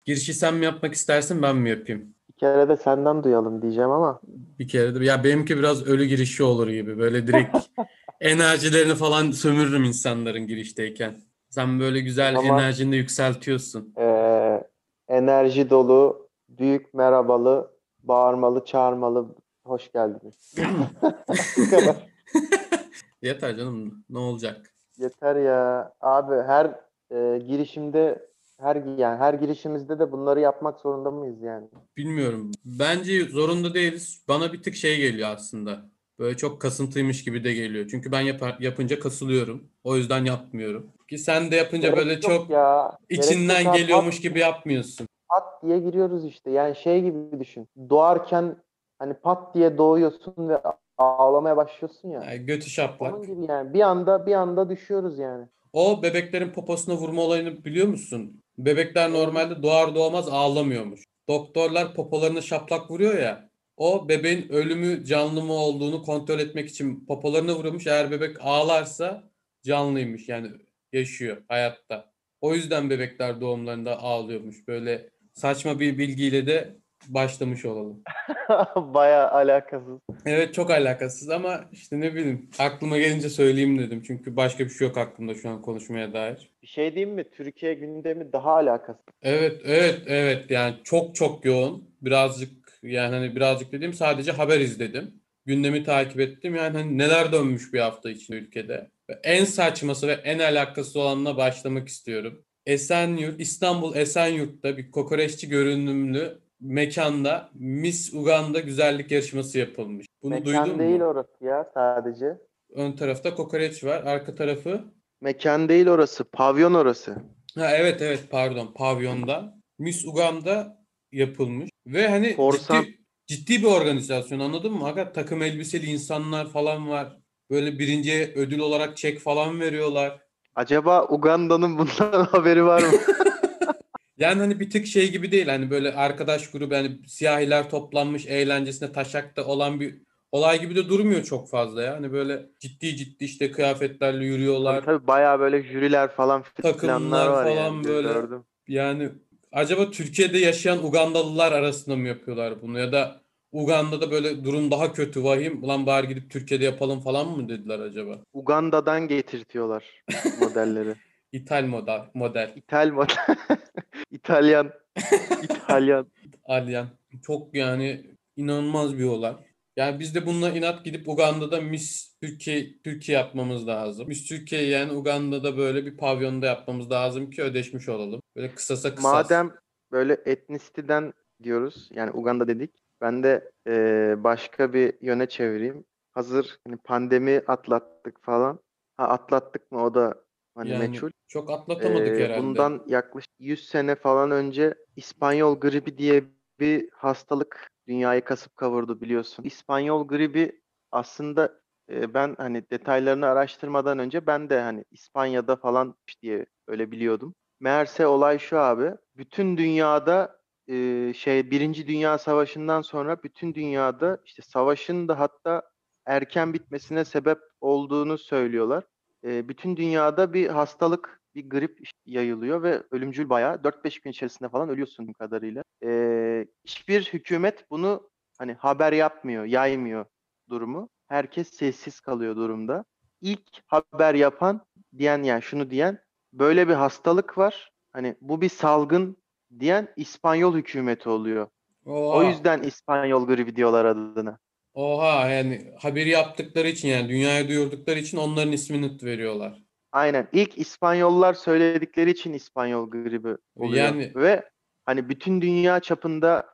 Girişi sen mi yapmak istersin ben mi yapayım? Bir kere de senden duyalım diyeceğim ama Bir kere de. Ya benimki biraz ölü girişi olur gibi. Böyle direkt enerjilerini falan sömürürüm insanların girişteyken. Sen böyle o güzel zaman enerjini de yükseltiyorsun. enerji dolu, büyük merhabalı, bağırmalı, çağırmalı, hoş geldiniz. Bu kadar. Yeter canım. Ne olacak? Yeter ya. Abi her girişimde her girişimizde de bunları yapmak zorunda mıyız yani? Bilmiyorum. Bence zorunda değiliz. Bana bir tık şey geliyor aslında. Böyle çok kasıntıymış gibi de geliyor. Çünkü ben yapınca kasılıyorum. O yüzden yapmıyorum. Ki sen de yapınca Gerek böyle yok çok ya. Gerek yok içinden abi. geliyormuş gibi yapmıyorsun. Pat diye giriyoruz işte. Yani şey gibi düşün. Doğarken hani pat diye doğuyorsun ve ağlamaya başlıyorsun ya. Yani götü Onun şaplak. gibi yani. Bir anda düşüyoruz yani. O bebeklerin poposuna vurma olayını biliyor musun? Bebekler Neymiş? normalde doğar doğmaz ağlamıyormuş. Doktorlar popolarını şaplak vuruyor ya. O bebeğin ölümü canlı mı olduğunu kontrol etmek için popolarını vuruyormuş. Eğer bebek ağlarsa canlıymış yani yaşıyor hayatta. O yüzden bebekler doğumlarında ağlıyormuş. Böyle saçma bir bilgiyle de başlamış olalım. Baya alakasız. Evet çok alakasız ama işte ne bileyim aklıma gelince söyleyeyim dedim. Çünkü başka bir şey yok aklımda şu an konuşmaya dair. Bir şey diyeyim mi? Türkiye gündemi daha alakasız. Evet, evet, evet. Yani çok çok yoğun. Birazcık yani hani birazcık dediğim sadece haber izledim. Gündemi takip ettim. Yani hani neler dönmüş bir hafta içinde ülkede. Ve en saçması ve en alakasız olanla başlamak istiyorum. İstanbul Esenyurt'ta bir kokoreççi görünümlü mekanda Miss Uganda güzellik yarışması yapılmış. Bunu Mekan duydun değil mu? orası ya sadece. Ön tarafta kokoreç var, arka tarafı. Mekan değil orası. Pavyon orası. Ha, evet evet pardon pavyonda Miss Uganda yapılmış ve hani Korsan. ciddi bir organizasyon anladın mı? Hakikaten takım elbiseli insanlar falan var. Böyle birinciye ödül olarak çek falan veriyorlar. Acaba Uganda'nın bundan haberi var mı? Yani hani bir tık şey gibi değil hani böyle arkadaş grubu hani siyahiler toplanmış eğlencesine taşakta olan bir olay gibi de durmuyor çok fazla ya. Hani böyle ciddi ciddi işte kıyafetlerle Tabii yürüyorlar. tabii baya böyle jüriler falan filanlar Takımlar var yani falan böyle gördüm. yani acaba Türkiye'de yaşayan Ugandalılar arasında mı yapıyorlar bunu ya da Uganda'da böyle durum daha kötü vahim ulan bari gidip Türkiye'de yapalım falan mı dediler acaba? Uganda'dan getirtiyorlar modelleri. İthal model. İthal model. İtalyan. İtalyan. Alyan. Çok yani inanılmaz bir olay. Yani biz de bununla inat gidip Uganda'da Miss Türkiye yapmamız lazım. Miss Türkiye yani Uganda'da böyle bir pavyonda yapmamız lazım ki ödeşmiş olalım. Böyle kısasa kısas. Madem böyle etnisiteden diyoruz yani Uganda dedik. Ben de başka bir yöne çevireyim. Hazır hani pandemi atlattık falan. Ha atlattık mı o da hani Yani meçhul. çok atlatamadık herhalde. Bundan yaklaşık 100 sene falan önce İspanyol gribi diye bir hastalık dünyayı kasıp kavurdu biliyorsun. İspanyol gribi aslında ben hani detaylarını araştırmadan önce ben de hani İspanya'da falan diye öyle biliyordum. Meğerse olay şu abi. Bütün dünyada Birinci Dünya Savaşı'ndan sonra bütün dünyada işte savaşın da hatta erken bitmesine sebep olduğunu söylüyorlar. Bütün dünyada bir hastalık, bir grip yayılıyor ve ölümcül bayağı 4-5 gün içerisinde falan ölüyorsun bu kadarıyla. Hiçbir hükümet bunu hani haber yapmıyor, yaymıyor durumu. Herkes sessiz kalıyor durumda. İlk haber yapan diyen yani şunu diyen böyle bir hastalık var. Hani bu bir salgın diyen İspanyol hükümeti oluyor. O Oha. yüzden İspanyol gribi diyorlar adına. Oha yani haberi yaptıkları için yani dünyaya duyurdukları için onların ismini veriyorlar. Aynen. İlk İspanyollar söyledikleri için İspanyol gribi oluyor. Yani Ve hani bütün dünya çapında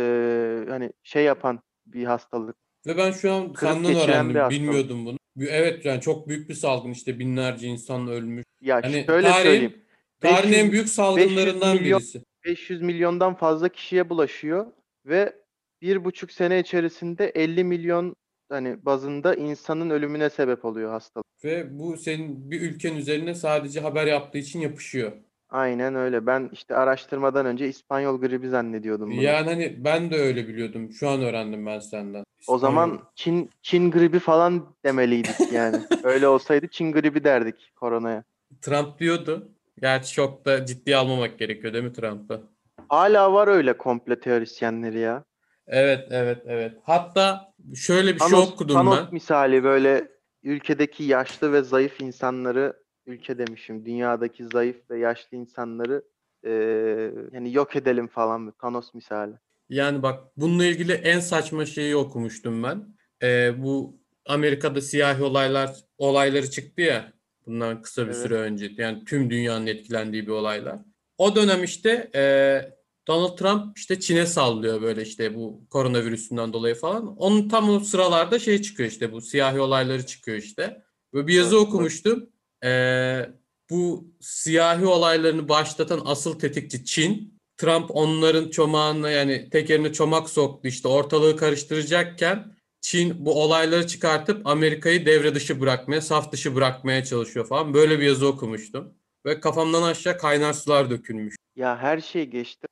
hani şey yapan bir hastalık. ve ben şu an Kırıp senden geçiren bir öğrendim. hastalık. Bilmiyordum bunu. Evet yani çok büyük bir salgın işte binlerce insan ölmüş. Ya Yani şöyle söyleyeyim. tarihin en büyük 500 salgınlarından milyon birisi. 500 milyondan fazla kişiye bulaşıyor ve 1,5 sene içerisinde 50 milyon hani bazında insanın ölümüne sebep oluyor hastalık. Ve bu senin bir ülkenin üzerine sadece haber yaptığı için yapışıyor. Aynen öyle. Ben işte araştırmadan önce İspanyol gribi zannediyordum bunu. Yani hani ben de öyle biliyordum. Şu an öğrendim ben senden. O İspanyol. zaman Çin gribi falan demeliydik yani. Öyle olsaydı Çin gribi derdik koronaya. Trump diyordu. Gerçi çok da ciddiye almamak gerekiyor değil mi Trump'ı? Hala var öyle komplo teorisyenleri ya. Evet, evet, evet. Hatta şöyle bir şey Thanos, okudum Thanos ben. misali böyle ülkedeki yaşlı ve zayıf insanları, ülke demişim, dünyadaki zayıf ve yaşlı insanları yani yok edelim falan, Thanos misali. Yani bak, bununla ilgili en saçma şeyi okumuştum ben. Bu Amerika'da siyahi olayları çıktı ya, bundan kısa bir Evet. süre önce. Yani tüm dünyanın etkilendiği bir olaylar. O dönem işte Donald Trump işte Çin'e sallıyor böyle, işte bu koronavirüsünden dolayı falan. Onun tam o sıralarda şey çıkıyor, işte bu siyahi olayları çıkıyor işte. Ve bir yazı Evet, evet. okumuştum. Bu siyahi olaylarını başlatan asıl tetikçi Çin. Trump onların çomağına, yani tekerine çomak soktu, işte ortalığı karıştıracakken Çin bu olayları çıkartıp Amerika'yı devre dışı bırakmaya, saf dışı bırakmaya çalışıyor falan. Böyle bir yazı okumuştum. Ve kafamdan aşağı kaynar sular dökülmüş. Ya her şey geçti.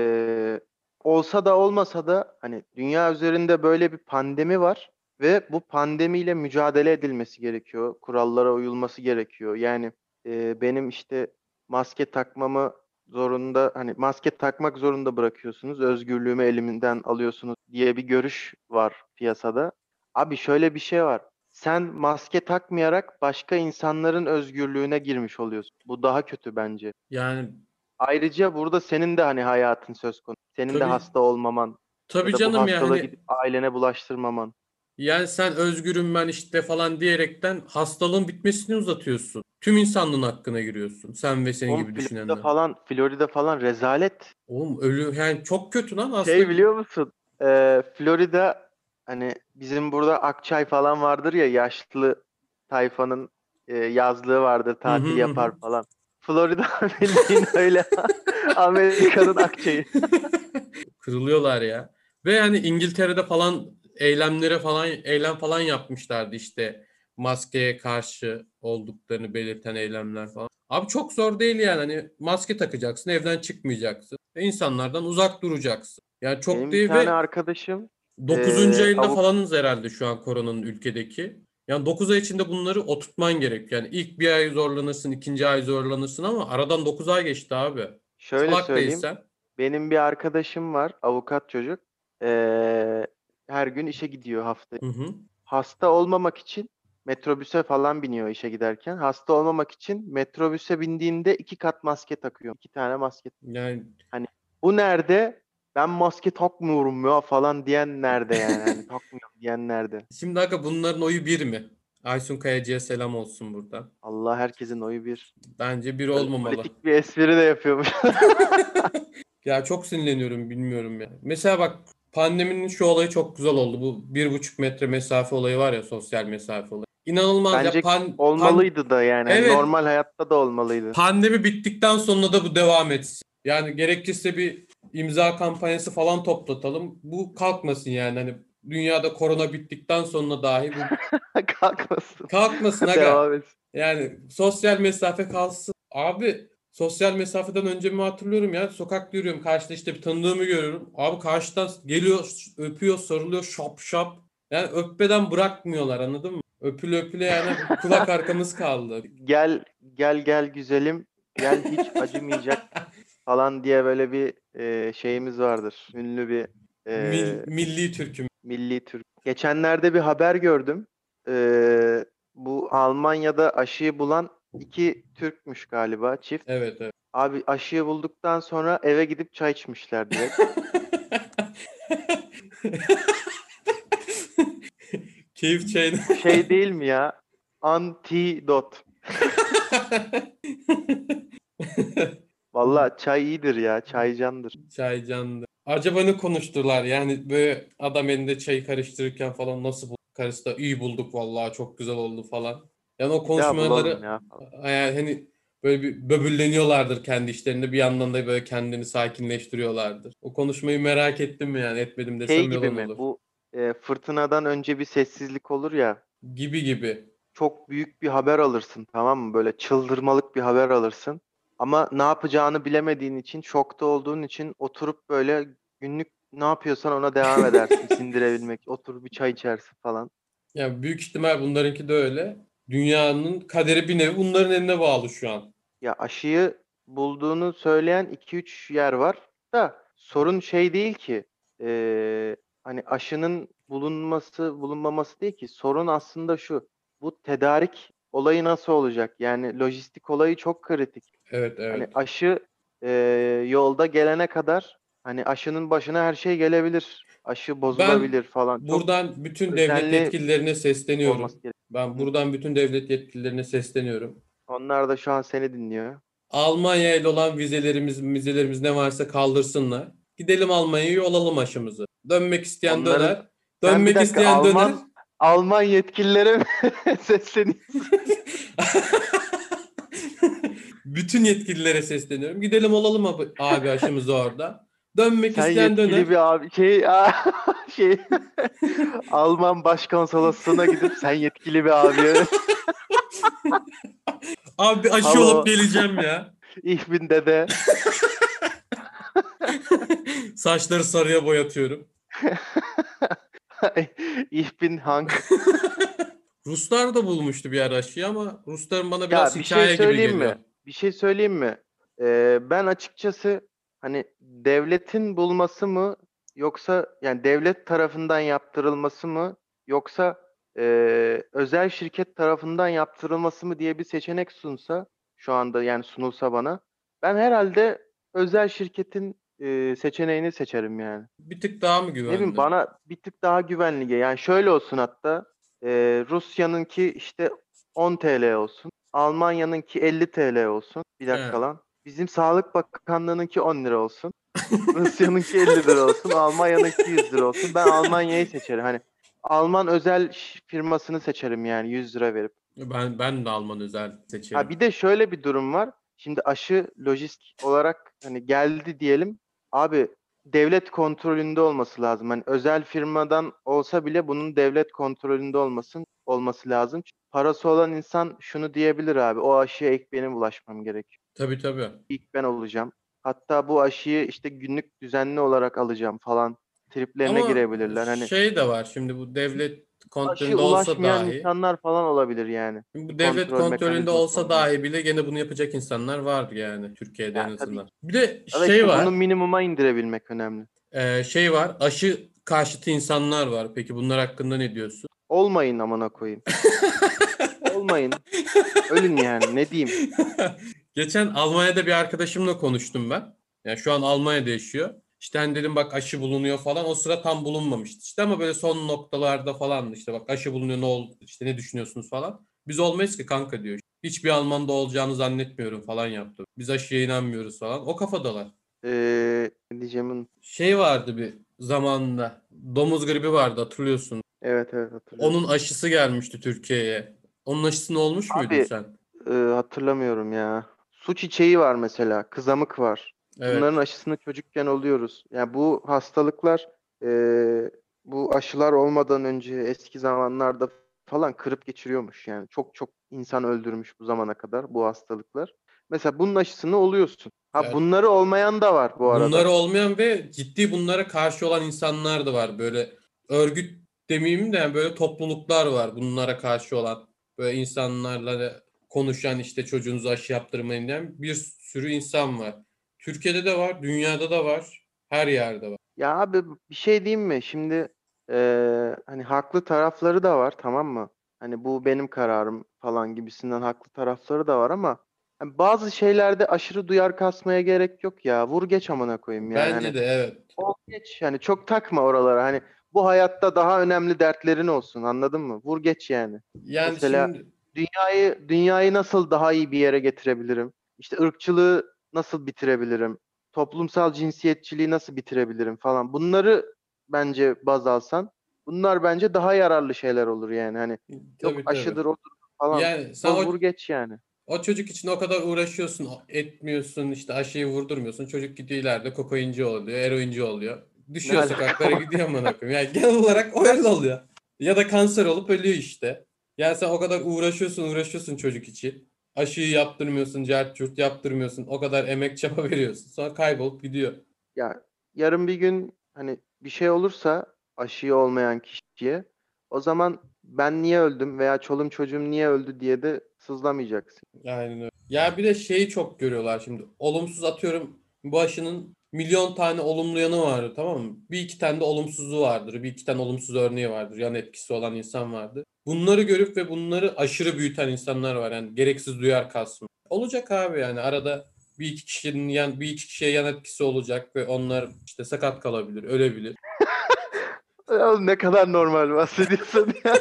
Olsa da olmasa da hani dünya üzerinde böyle bir pandemi var ve bu pandemiyle mücadele edilmesi gerekiyor. Kurallara uyulması gerekiyor. Yani benim işte maske takmamı zorunda, hani maske takmak zorunda bırakıyorsunuz, özgürlüğümü elimden alıyorsunuz diye bir görüş var piyasada. Abi şöyle bir şey var. Sen maske takmayarak başka insanların özgürlüğüne girmiş oluyorsun. Bu daha kötü bence. Yani Ayrıca burada senin de hani hayatın söz konusu. Senin de tabii hasta olmaman ya tabii da bu canım, ya hastalığı hani, gidip ailene bulaştırmaman. yani sen özgürüm ben işte falan diyerekten hastalığın bitmesini uzatıyorsun. Tüm insanlığın hakkına giriyorsun. Sen ve senin Oğlum gibi Florida düşünenler. falan, Florida falan rezalet. Oğlum ölü, yani çok kötü lan Şey aslında. biliyor musun? Florida, hani bizim burada Akçay falan vardır ya, yaşlı tayfanın yazlığı vardır, Hı hı tatil hı. Hı. yapar falan. Florida bildiğin öyle. Amerika'nın Akçay'ı. Kırılıyorlar ya. Ve yani İngiltere'de falan eylem falan yapmışlardı işte, maskeye karşı olduklarını belirten eylemler falan. Abi çok zor değil yani, hani maske takacaksın, evden çıkmayacaksın. Ve insanlardan uzak duracaksın. Yani çok Benim bir değil tane ve arkadaşım 9. ayında avuk falanız herhalde şu an koronanın ülkedeki. Yani 9 ay içinde bunları oturtman gerekiyor. Yani ilk bir ay zorlanırsın, ikinci ay zorlanırsın ama aradan 9 ay geçti abi. şöyle Salak söyleyeyim. değilsen. Benim bir arkadaşım var, avukat çocuk. Ee, Her gün işe gidiyor hafta. Hı hı. Hasta olmamak için metrobüse falan biniyor işe giderken. Hasta olmamak için metrobüse bindiğinde 2 kat maske takıyor. 2 tane maske. Yani Hani bu nerede? Ben maske takmıyorum ya falan diyen nerede yani? Hani takmıyorum diyen nerede? şimdi aga, bunların oyu bir mi? Aysun Kayacı'ya selam olsun burada. Allah, herkesin oyu bir. Bence bir Böyle olmamalı. politik bir espri de yapıyormuş. Ya çok sinirleniyorum, bilmiyorum ya. Mesela bak, pandeminin şu olayı çok güzel oldu. Bu 1,5 metre mesafe olayı var ya, sosyal mesafe olayı. İnanılmaz ya. Bence olmalıydı da yani. Hani Evet, normal hayatta da olmalıydı. pandemi bittikten sonra da bu devam etsin. Yani gerekirse bir imza kampanyası falan toplatalım. Bu kalkmasın yani. Hani dünyada korona bittikten sonra dahi bu Kalkmasın. kalkmasın Devam aga. et. Yani sosyal mesafe kalsın. Abi, sosyal mesafeden önce mi hatırlıyorum ya. Sokakta yürüyorum. Karşıda işte bir tanıdığımı görüyorum. Abi karşıdan geliyor, öpüyor, sarılıyor, şap şap. Yani öpmeden bırakmıyorlar, anladın mı? Öpüle öpüle yani kulak arkamız kaldı. Gel gel gel güzelim, gel hiç acımayacak falan diye böyle bir şeyimiz vardır. Ünlü bir Milli türküm. milli Türk. Geçenlerde bir haber gördüm. Bu Almanya'da aşıyı bulan 2 Türkmüş galiba, çift. Evet, evet. Abi aşıyı bulduktan sonra eve gidip çay içmişler direkt. Keyif çayını. Bu şey değil mi ya? Antidot. Valla çay iyidir ya. Çay candır. Çay canlı. Acaba ne konuştular? Yani böyle adam elinde çay karıştırırken falan nasıl bulduk? Karısı da iyi bulduk vallahi, çok güzel oldu falan. Yani o Bir daha bulalım konuşmaları, ya. yani hani böyle bir böbürleniyorlardır kendi işlerinde, bir yandan da böyle kendini sakinleştiriyorlardır. O konuşmayı merak ettim mi, yani etmedim Şey desem gibi yalan mi? olur. Bu fırtınadan önce bir sessizlik olur ya. Gibi gibi. Çok büyük bir haber alırsın, tamam mı? Böyle çıldırmalık bir haber alırsın. Ama ne yapacağını bilemediğin için, şokta olduğun için oturup böyle günlük ne yapıyorsan ona devam edersin sindirebilmek. Oturup bir çay içersin falan. Yani büyük ihtimal bunlarınki de öyle. Dünyanın kaderi bir nevi bunların eline bağlı şu an. Ya aşıyı bulduğunu söyleyen 2-3 yer var. da sorun şey değil ki. Hani aşının bulunması bulunmaması değil ki. Sorun aslında şu. Bu tedarik olayı nasıl olacak? Yani lojistik olayı çok kritik. Evet, Hani evet. aşı e, yolda gelene kadar hani aşının başına her şey gelebilir. Aşı Ben bozulabilir falan. Çok buradan bütün devlet özenli yetkililerine sesleniyorum. olması gerekiyor. Ben Hı. buradan bütün devlet yetkililerine sesleniyorum. Onlar da şu an seni dinliyor. Almanya ile olan vizelerimiz ne varsa kaldırsınlar. Gidelim Almanya'ya olalım aşımızı. Dönmek isteyen Onların döner. sen bir Dönmek dakika isteyen döner. Alman yetkililere mi sesleniyorsun? Bütün yetkililere sesleniyorum. Gidelim olalım abi aşımızı orada. Dönmek Sen isteyen döner. yetkili bir abi şey Alman başkonsolosluğuna gidip sen yetkili bir abiye Abi aşı olup halo geleceğim ya. ich bin dede. Saçları sarıya boyatıyorum. Ich bin Hank. Ruslar da bulmuştu bir ara aşıyı ama Rusların bana biraz Ya bir şey hikaye gibi söyleyeyim geliyor. mi? Bir şey söyleyeyim mi? Ben açıkçası hani devletin bulması mı yoksa yani devlet tarafından yaptırılması mı yoksa özel şirket tarafından yaptırılması mı diye bir seçenek sunsa şu anda yani sunulsa bana ben herhalde özel şirketin seçeneğini seçerim yani. Bir tık daha mı Ne bileyim güvenli? bana bir tık daha güvenli. Yani şöyle olsun hatta Rusya'nınki işte 10 TL olsun. Almanya'nınki 50 TL olsun. Bir He. dakika lan. Bizim Sağlık Bakanlığı'nınki 10 lira olsun. Rusya'nınki 50 lira olsun. Almanya'nınki 100 lira olsun. Ben Almanya'yı seçerim. Hani Alman özel firmasını seçerim yani 100 lira verip. Ben de Alman özel Ha seçerim. bir de şöyle bir durum var. Şimdi aşı lojistik olarak hani geldi diyelim. Abi devlet kontrolünde olması lazım. Hani özel firmadan olsa bile bunun devlet kontrolünde olması lazım. Çünkü parası olan insan şunu diyebilir abi. O aşıya ilk benim ulaşmam gerekiyor. Tabii, tabii. İlk ben olacağım. Hatta bu aşıyı işte günlük düzenli olarak alacağım falan. Triplerine Ama girebilirler. Hani şey de var şimdi bu devlet aşı kontrolünde olsa ulaşmayan dahi insanlar falan olabilir yani. şimdi Bir bu devlet kontrol kontrolünde mekanizması olsa olmayan. dahi bile gene bunu yapacak insanlar var yani Türkiye'de en Ya tabii azından. Bir de ama şey işte bunu var. minimuma indirebilmek önemli. Şey var. Aşı karşıtı insanlar var. Peki bunlar hakkında ne diyorsun? Olmayın amına koyayım. Olmayın. Ölün yani ne diyeyim. Geçen Almanya'da bir arkadaşımla konuştum ben. Yani şu an Almanya'da yaşıyor. İşte hani dedim bak aşı bulunuyor falan. O sıra tam bulunmamıştı işte ama böyle son noktalarda falan işte bak aşı bulunuyor ne oldu işte ne düşünüyorsunuz falan. Biz olmayız ki kanka diyor. Hiçbir Alman'da olacağını zannetmiyorum falan yaptı. Biz aşıya inanmıyoruz falan. O kafadalar. Ne diyeceğimin. Şey vardı bir zamanında. Domuz gribi vardı hatırlıyorsun. Evet evet hatırlıyorum. Onun aşısı gelmişti Türkiye'ye. Onun aşısını olmuş muydun Abi sen? hatırlamıyorum ya. Su çiçeği var mesela. Kızamık var. Bunların Evet. aşısını çocukken oluyoruz. Yani bu hastalıklar e, bu aşılar olmadan önce eski zamanlarda falan kırıp geçiriyormuş. Yani çok çok insan öldürmüş bu zamana kadar bu hastalıklar. Mesela bunun aşısını oluyorsun. Ha Ya bunları olmayan da var bu bunları arada. olmayan ve ciddi bunlara karşı olan insanlar da var. Böyle örgüt demeyeyim de yani böyle topluluklar var bunlara karşı olan. Böyle insanlarla konuşan işte çocuğunuzu aşı yaptırmayın diyen bir sürü insan var. Türkiye'de de var, dünyada da var, her yerde var. Ya abi bir şey diyeyim mi? Şimdi hani haklı tarafları da var tamam mı? Hani bu benim kararım falan gibisinden haklı tarafları da var ama hani bazı şeylerde aşırı duyar kasmaya gerek yok ya. Vur geç amına koyayım yani Bence hani de evet. ol geç yani çok takma oralara hani bu hayatta daha önemli dertlerin olsun anladın mı? Vur geç yani. Yani Mesela şimdi dünyayı nasıl daha iyi bir yere getirebilirim? İşte ırkçılığı nasıl bitirebilirim? Toplumsal cinsiyetçiliği nasıl bitirebilirim falan. Bunları bence baz alsan, bunlar bence daha yararlı şeyler olur yani. Hani yok tabii, tabii. aşıdır odur falan. Yani sen Vur geç yani. o çocuk için o kadar uğraşıyorsun, etmiyorsun, işte aşıyı vurdurmuyorsun. Çocuk gidiyor ileride kokainci oluyor, eroinci oluyor. Ne Düşüyor alaka sokaklara var? gidiyor amına koyayım. Yani genel olarak o öyle oluyor. Ya da kanser olup ölüyor işte. Yani sen o kadar uğraşıyorsun çocuk için. Aşıyı yaptırmıyorsun, cart curt yaptırmıyorsun. O kadar emek çaba veriyorsun. Sonra kaybolup gidiyor. Ya yarın bir gün hani bir şey olursa aşıyı olmayan kişiye o zaman ben niye öldüm veya çolum çocuğum niye öldü diye de sızlamayacaksın. Aynen öyle. Ya bir de şeyi çok görüyorlar şimdi. Olumsuz atıyorum bu aşının milyon tane olumlu yanı vardır, tamam mı? Bir iki tane de olumsuzu vardır. Bir iki tane olumsuz örneği vardır. Yan etkisi olan insan vardır. Bunları görüp ve bunları aşırı büyüten insanlar var. Yani gereksiz duyar kasma. Olacak abi, yani arada bir iki kişiye yan etkisi olacak ve onlar işte sakat kalabilir, ölebilir. Ya ne kadar normal bahsediyorsun ya.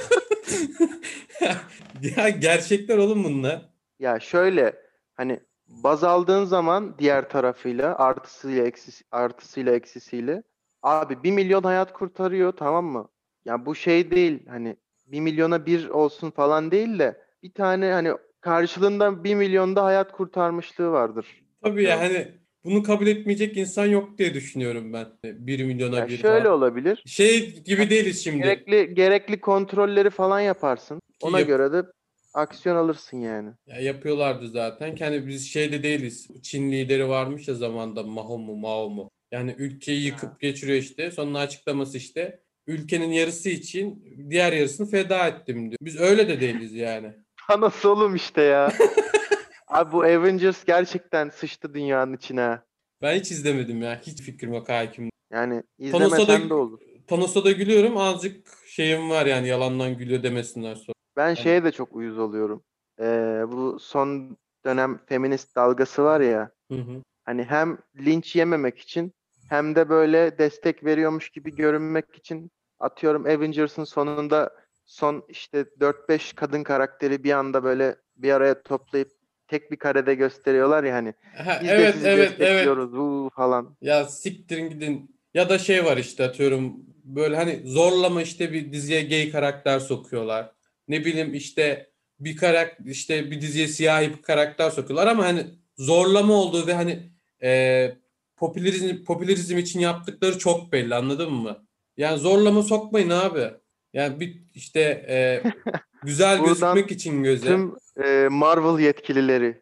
Ya gerçekler oğlum bunlar. Ya şöyle, hani baz aldığın zaman diğer tarafıyla artısıyla eksisiyle abi 1 milyon hayat kurtarıyor, tamam mı? Ya bu şey değil, hani 1 milyona bir olsun falan değil de bir tane hani karşılığında 1 milyonda hayat kurtarmışlığı vardır, Tabii ya, atıyorum. hani bunu kabul etmeyecek insan yok diye düşünüyorum ben. 1 milyona Ya bir şöyle falan. olabilir. Şey Hani gibi değiliz şimdi. gerekli kontrolleri falan yaparsın. Ki Ona göre de aksiyon alırsın yani. ya yapıyorlardı zaten. Ki hani biz şeyde değiliz. Çin lideri varmış ya zamanda, Mao mu? Yani ülkeyi Ha. yıkıp geçiriyor işte. Sonra açıklaması işte ülkenin yarısı için diğer yarısını feda ettim diyor. Biz öyle de değiliz yani. Thanos oğlum işte ya. Abi bu Avengers gerçekten sıçtı dünyanın içine. Ben hiç izlemedim ya. Hiç fikrim yok, hakim. Yani Thanos'a da izlemesen de olur. Thanos'a da gülüyorum. Azıcık şeyim var yani, yalandan gülüyor demesinden sonra. Ben Yani, şeye de çok uyuz oluyorum. Bu son dönem feminist dalgası var ya. hı hı. Hani hem linç yememek için hem de böyle destek veriyormuş gibi görünmek için, atıyorum Avengers'ın sonunda son işte 4-5 kadın karakteri bir anda böyle bir araya toplayıp tek bir karede gösteriyorlar ya, hani Ha, biz de evet sizi evet evet. destekliyoruz falan. Ya siktirin gidin. Ya da şey var işte, atıyorum böyle hani zorlama işte bir diziye gay karakter sokuyorlar. Ne bileyim işte bir diziye siyahi bir karakter sokuyorlar ama hani zorlama olduğu ve hani popülerizm için yaptıkları çok belli, anladın mı? Yani zorlama sokmayın abi. Yani bir işte güzel Buradan gözükmek için göze. tüm Marvel yetkilileri,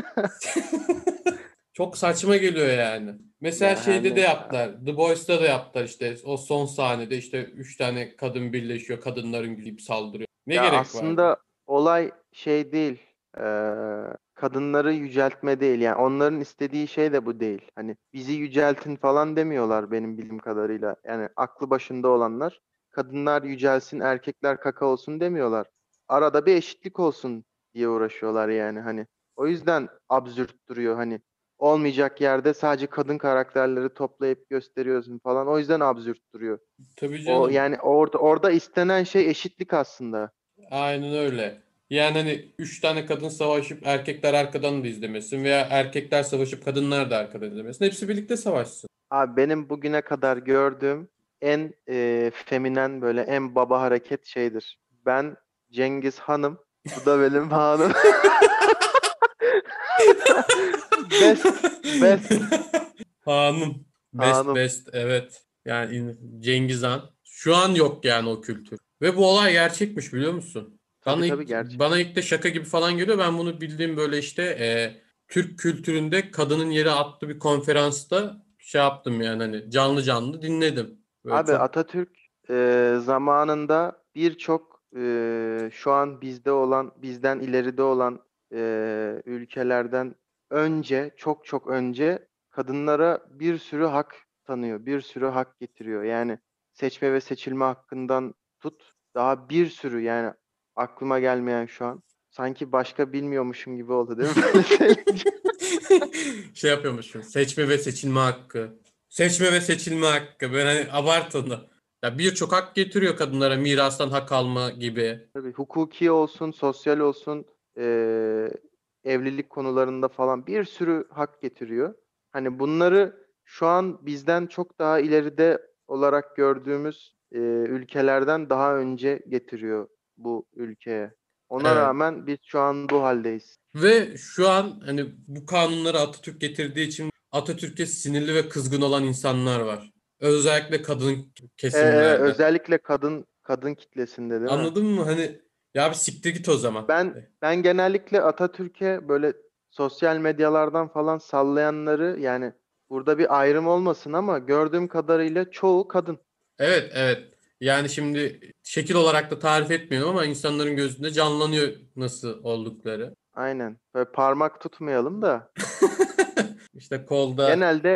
Çok saçma geliyor yani. Mesela ya her şeyde de neyse abi. yaptılar. The Boys'ta da yaptılar işte. O son sahnede işte 3 tane kadın birleşiyor. Kadınların gülüp saldırıyor. Ne Ya gerek vardı? aslında olay şey değil. Kadınları yüceltme değil. Yani onların istediği şey de bu değil. Hani bizi yüceltin falan demiyorlar benim bildiğim kadarıyla. Yani aklı başında olanlar kadınlar yücelsin, erkekler kaka olsun demiyorlar. Arada bir eşitlik olsun diye uğraşıyorlar yani, hani. O yüzden absürt duruyor, hani. Olmayacak yerde sadece kadın karakterleri toplayıp gösteriyorsun falan. O yüzden absürt duruyor. Tabii O canım. yani orada istenen şey eşitlik aslında. Aynen öyle. Yani hani 3 tane kadın savaşıp erkekler arkadan da izlemesin veya erkekler savaşıp kadınlar da arkadan izlemesin. Hepsi birlikte savaşsın. Abi benim bugüne kadar gördüğüm en feminen, böyle en baba hareket şeydir. Ben Cengiz Hanım, bu da benim hanım. Best, best Hanım. Best hanım. best, evet. Yani Cengiz Han. Şu an yok yani o kültür. Ve bu olay gerçekmiş, biliyor musun? Tabii tabii, gerçek. Bana ilk de şaka gibi falan geliyor. Ben bunu bildiğim böyle işte Türk kültüründe kadının yeri adlı bir konferansta şey yaptım yani, hani canlı canlı dinledim. Böyle Abi çok, Atatürk zamanında birçok şu an bizden ileride olan ülkelerden önce, çok çok önce kadınlara bir sürü hak tanıyor, bir sürü hak getiriyor. Yani seçme ve seçilme hakkından tut, daha bir sürü, yani aklıma gelmeyen şu an. Sanki başka bilmiyormuşum gibi oldu değil mi böyle söyleyince? şey yapıyormuşum. Seçme ve seçilme hakkı. Seçme ve seçilme hakkı. Böyle hani abartılı. Ya birçok hak getiriyor kadınlara, mirastan hak alma gibi. Tabii hukuki olsun, sosyal olsun, evlilik konularında falan bir sürü hak getiriyor. Hani bunları şu an bizden çok daha ileride olarak gördüğümüz ülkelerden daha önce getiriyor bu ülkeye. Ona Evet. rağmen biz şu an bu haldeyiz. Ve şu an hani bu kanunları Atatürk getirdiği için Atatürk'e sinirli ve kızgın olan insanlar var. Özellikle kadın kesimlerde. Özellikle kadın kitlesinde değil mi? Anladın mı? Hani ya bir siktir git o zaman. Ben genellikle Atatürk'e böyle sosyal medyalardan falan sallayanları, yani burada bir ayrım olmasın ama gördüğüm kadarıyla çoğu kadın. Evet, evet. Yani şimdi şekil olarak da tarif etmiyorum ama insanların gözünde canlanıyor nasıl oldukları. Aynen. Böyle parmak tutmayalım da İşte kolda. genelde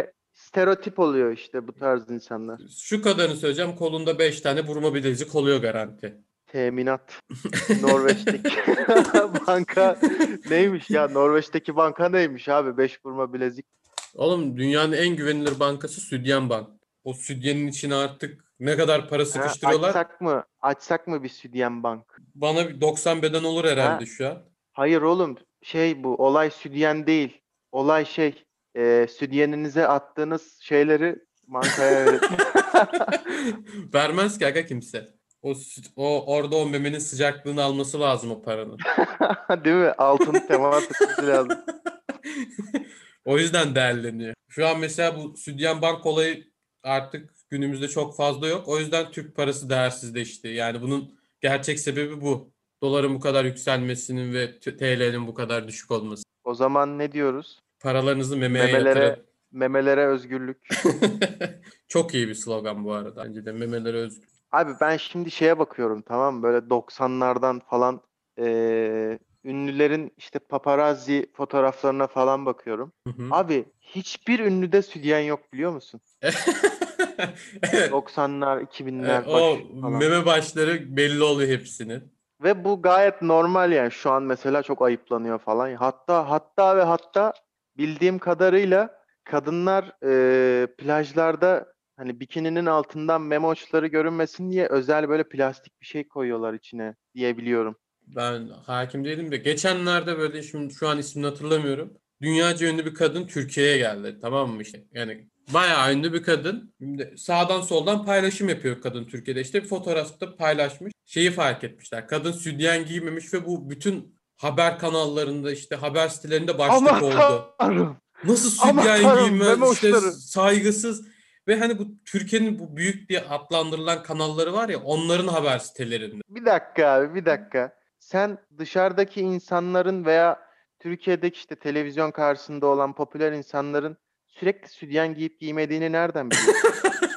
stereotip oluyor işte bu tarz insanlar. Şu kadarını söyleyeceğim. Kolunda 5 tane vurma bilezik oluyor garanti. Teminat. Norveç'teki banka neymiş ya? Norveç'teki banka neymiş abi? 5 vurma bilezik. Oğlum dünyanın en güvenilir bankası Südyen Bank. O Südyen'in içine artık ne kadar para Ha, sıkıştırıyorlar. açsak mı? Açsak mı bir Südyen Bank? Bana bir 90 beden olur Ha, herhalde şu an. hayır oğlum. Şey bu. Olay Südyen değil. Olay şey. Südyeninize attığınız şeyleri bankaya verin. Vermez ki aga kimse. O orada o memenin sıcaklığını alması lazım o paranın. Değil mi? Altın tema tıkması lazım. O yüzden değerleniyor. Şu an mesela bu Südyen Bank olayı artık günümüzde çok fazla yok. O yüzden Türk parası değersizleşti. Yani bunun gerçek sebebi bu. Doların bu kadar yükselmesinin ve TL'nin bu kadar düşük olması. O zaman ne diyoruz? Paralarınızı memeye Memelere yatırın. memelere özgürlük. Çok iyi bir slogan bu arada. Bence de memeleri özgür. Abi ben şimdi şeye bakıyorum, tamam mı? Böyle 90'lardan falan ünlülerin işte paparazzi fotoğraflarına falan bakıyorum. Hı hı. Abi hiçbir ünlüde sütyen yok, biliyor musun? Evet. 90'lar, 2000'ler O baş falan. meme başları belli oluyor hepsinin. Ve bu gayet normal yani. Şu an mesela çok ayıplanıyor falan. Hatta bildiğim kadarıyla kadınlar plajlarda hani bikininin altından meme uçları görünmesin diye özel böyle plastik bir şey koyuyorlar içine diyebiliyorum. Ben hakim değilim de geçenlerde böyle şimdi şu an ismini hatırlamıyorum. Dünyaca ünlü bir kadın Türkiye'ye geldi. Tamam mı işte? Yani bayağı ünlü bir kadın. Şimdi sağdan soldan paylaşım yapıyor kadın Türkiye'de. İşte bir fotoğrafta paylaşmış. Şeyi fark etmişler. Kadın sütyen giymemiş ve bu bütün haber kanallarında işte haber sitelerinde başlık Aman oldu. tanrım! Nasıl Aman sütyen tanrım! giymez Meme işte uçları! saygısız ve hani bu Türkiye'nin bu büyük diye adlandırılan kanalları var ya onların haber sitelerinde. Bir dakika abi, bir dakika. Sen dışarıdaki insanların veya Türkiye'deki işte televizyon karşısında olan popüler insanların sürekli sütyen giyip giymediğini nereden biliyorsun?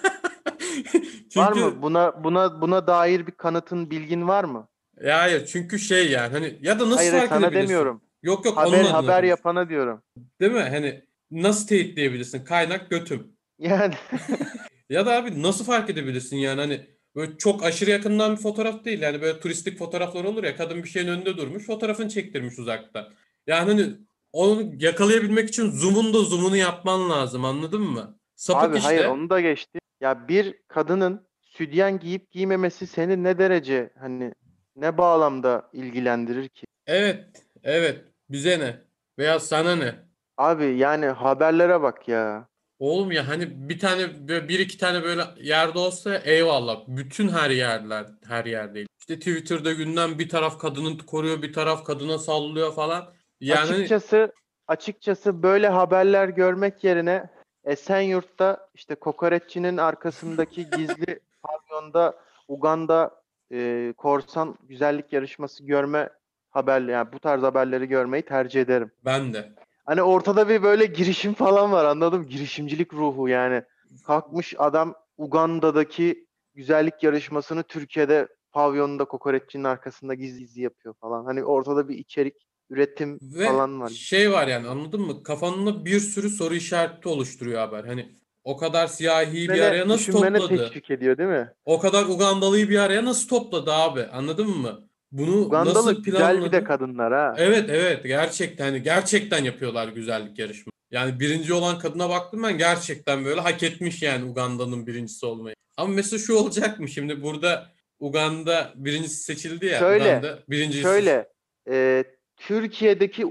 Var mı? Çünkü Buna dair bir kanıtın, bilgin var mı? ya hayır çünkü şey yani hani ya da nasıl Hayır, fark sana edebilirsin? demiyorum. Yok yok onun adına Haber konuş. yapana diyorum. Değil mi? Hani nasıl teyitleyebilirsin? Kaynak götüm. Yani Ya da abi nasıl fark edebilirsin yani hani böyle çok aşırı yakından bir fotoğraf değil. Yani böyle turistik fotoğraflar olur ya kadın bir şeyin önünde durmuş fotoğrafını çektirmiş uzaktan. Yani hani onu yakalayabilmek için zoom'unu yapman lazım anladın mı? Sapık abi hayır, işte. onu da geçti. Ya bir kadının sütyen giyip giymemesi seni ne derece, hani ne bağlamda ilgilendirir ki? Evet, evet. Bize ne? Veya sana ne? Abi yani haberlere bak ya. Oğlum ya hani bir tane bir iki tane böyle yerde olsa eyvallah. Bütün her yerler her yer değil. İşte Twitter'da gündem bir taraf kadını koruyor, bir taraf kadına sallıyor falan. Yani hani Açıkçası açıkçası böyle haberler görmek yerine Esenyurt'ta işte kokoreççinin arkasındaki gizli pavyonda Uganda korsan güzellik yarışması görme yani bu tarz haberleri görmeyi tercih ederim. ben de. Hani ortada bir böyle girişim falan var, anladım. Girişimcilik ruhu yani. Kalkmış adam Uganda'daki güzellik yarışmasını Türkiye'de pavyonda kokoreççinin arkasında gizli gizli yapıyor falan. Hani ortada bir içerik üretim Ve falan var. şey var yani anladın mı? Kafanda bir sürü soru işareti oluşturuyor haber. Hani o kadar siyahiyi bir araya nasıl Düşünmene topladı? teşvik ediyor değil mi? O kadar Ugandalı'yı bir araya nasıl topladı abi? Anladın mı? Bunu Ugandalı nasıl güzel bir de planladı? kadınlar ha. Evet evet gerçekten hani gerçekten yapıyorlar güzellik yarışması. Yani birinci olan kadına baktım ben gerçekten böyle hak etmiş yani Uganda'nın birincisi olmayı. Ama mesela şu olacak mı şimdi burada Uganda birincisi seçildi ya Şöyle, Uganda birincisi. şöyle Türkiye'deki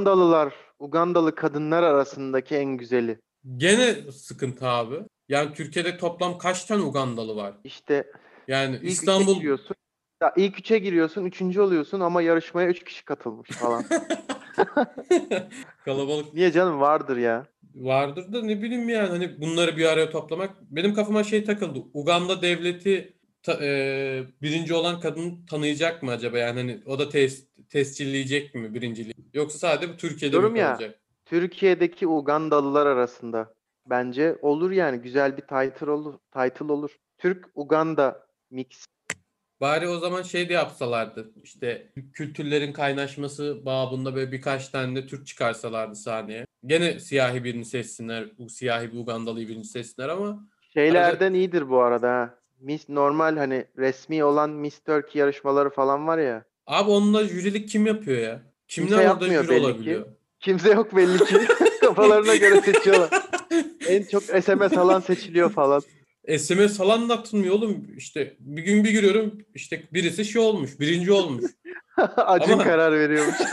Ugandalı kadınlar arasındaki en güzeli. Gene sıkıntı abi. Yani Türkiye'de toplam kaç tane Ugandalı var? İşte Yani ilk üçe İstanbul giriyorsun. Ya ilk üçe giriyorsun, üçüncü oluyorsun ama yarışmaya üç kişi katılmış falan. kalabalık Niye canım, vardır ya. vardır da ne bileyim yani hani bunları bir araya toplamak benim kafama şey takıldı. Uganda devleti birinci olan kadını tanıyacak mı acaba yani hani o da tescilleyecek mi birinciliği yoksa sadece bu Türkiye'de mi Diyorum ya, kalacak? Türkiye'deki Ugandalılar arasında bence olur yani, güzel bir title olur. Türk-Uganda mix. Bari o zaman şey de yapsalardı işte kültürlerin kaynaşması babında böyle birkaç tane de Türk çıkarsalardı sahneye. Gene siyahi birini seçsinler. Bu siyahi bir Ugandalı birini seçsinler ama sadece Şeylerden iyidir bu arada ha. Normal hani resmi olan Miss Turkey yarışmaları falan var ya. abi onunla jürilik kim yapıyor ya? Kimse Kimler orada yapmıyor jüri belli ki. olabiliyor? Kimse yok belli ki. Kafalarına göre seçiyorlar. En çok SMS alan seçiliyor falan. SMS falan da atılmıyor oğlum. İşte bir gün bir giriyorum işte birisi şey olmuş. Birinci olmuş. Acın Ama karar veriyormuş.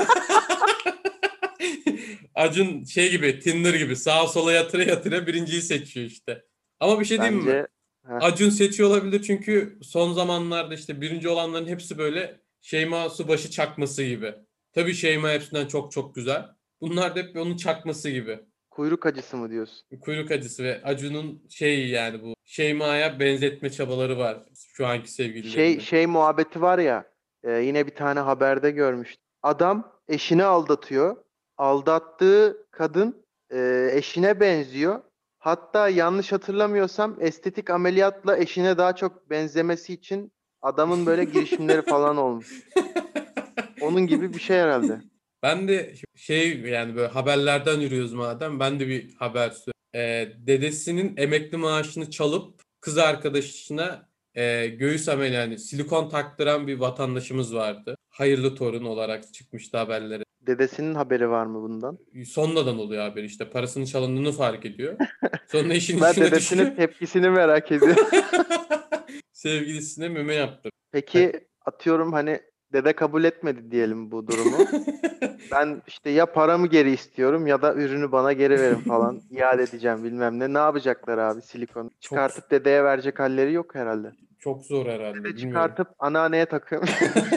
Acun şey gibi Tinder gibi sağa sola yatıra yatıra birinciyi seçiyor işte. Ama bir şey diyeyim mi? Bence heh, Acun seçiyor olabilir çünkü son zamanlarda işte birinci olanların hepsi böyle Şeyma Subaşı çakması gibi. Tabii Şeyma hepsinden çok çok güzel. Bunlar da hep onun çakması gibi. kuyruk acısı mı diyorsun? Kuyruk acısı ve Acun'un şeyi yani bu Şeyma'ya benzetme çabaları var şu anki Şey sevgililerini. şey muhabbeti var ya, yine bir tane haberde görmüştüm. Adam eşini aldatıyor. Aldattığı kadın eşine benziyor. Hatta yanlış hatırlamıyorsam estetik ameliyatla eşine daha çok benzemesi için adamın böyle girişimleri falan olmuş. Onun gibi bir şey herhalde. Ben de şey yani böyle haberlerden yürüyoruz madem ben de bir haber dedesinin emekli maaşını çalıp kız arkadaşına göğüs ameliyatı yani silikon taktıran bir vatandaşımız vardı. Hayırlı torun olarak çıkmıştı haberlere. Dedesinin haberi var mı bundan? Sonradan oluyor haber işte parasının çalındığını fark ediyor. Sonra işin Ben içine dedesinin düşüyor. tepkisini merak ediyorum. Sevgilisine meme yaptı. Peki atıyorum hani dede kabul etmedi diyelim bu durumu. Ben işte ya paramı geri istiyorum ya da ürünü bana geri verin falan. İade edeceğim bilmem ne. Ne yapacaklar abi silikon? Çok Çıkartıp dedeye verecek halleri yok herhalde. çok zor herhalde Dede bilmiyorum. çıkartıp anneanneye takıyormuş.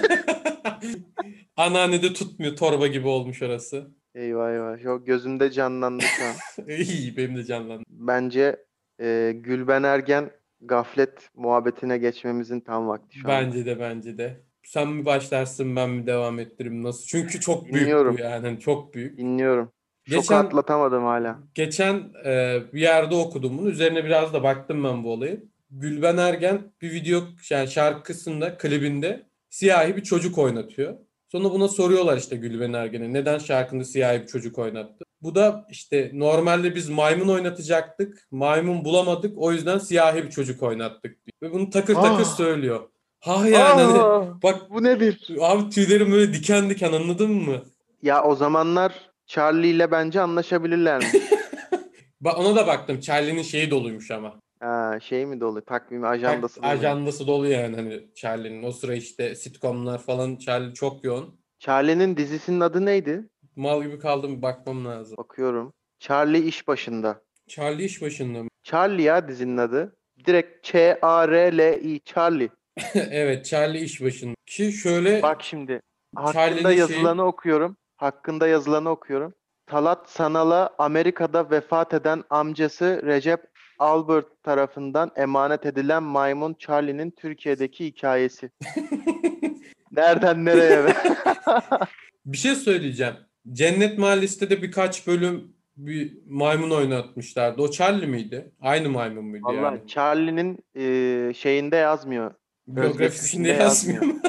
Anneanne de tutmuyor torba gibi olmuş orası. Eyvah eyvah. Yok, gözümde canlandı şu an. İyi benim de canlandı. Bence Gülben Ergen gaflet muhabbetine geçmemizin tam vakti şu anda. Bence de. Sen mi başlarsın ben mi devam ettiririm nasıl? Çünkü çok büyük bu Dinliyorum. yani hani çok büyük. Dinliyorum. Şoku Geçen atlatamadım hala. geçen bir yerde okudum bunu. Üzerine biraz da baktım ben bu olayı. Gülben Ergen bir video yani şarkısında klibinde siyahi bir çocuk oynatıyor. Sonra buna soruyorlar işte Gülben Ergen'e neden şarkında siyahi bir çocuk oynattı? Bu da işte normalde biz maymun oynatacaktık. Maymun bulamadık. O yüzden siyahi bir çocuk oynattık diyor. Ve bunu takır takır Ah! söylüyor. Ha yani hani Ah! bak Bu nedir? abi tüylerim böyle diken diken anladın mı? Ya o zamanlar Charlie ile bence anlaşabilirlermiş. Bak ona da baktım. Charlie'nin şeyi doluymuş ama. Ha, şey mi dolu? Takvimi, ajandası doluymuş. Ajandası dolu yani hani Charlie'nin. O sıra işte sitcomlar falan Charlie çok yoğun. Charlie'nin dizisinin adı neydi? Mal gibi kaldım bakmam lazım. Bakıyorum. Charlie iş başında. Charlie iş başında mı? Charlie ya dizinin adı. Direkt Charlie. Charlie. Evet Charlie iş başında. Ki şöyle Bak şimdi. Hakkında Charlie'nin şeyi yazılanı okuyorum. Hakkında yazılanı okuyorum. Talat Sanal'a Amerika'da vefat eden amcası Recep Albert tarafından emanet edilen maymun Charlie'nin Türkiye'deki hikayesi. Nereden nereye be? bir şey söyleyeceğim. Cennet Mahallesi'nde de birkaç bölüm bir maymun oynatmışlardı. O Charlie miydi? Aynı maymun muydu yani? Vallahi Charlie'nin şeyinde yazmıyor. Biyografisinde Özgeçmişinde yazmıyor yazmıyor. mu?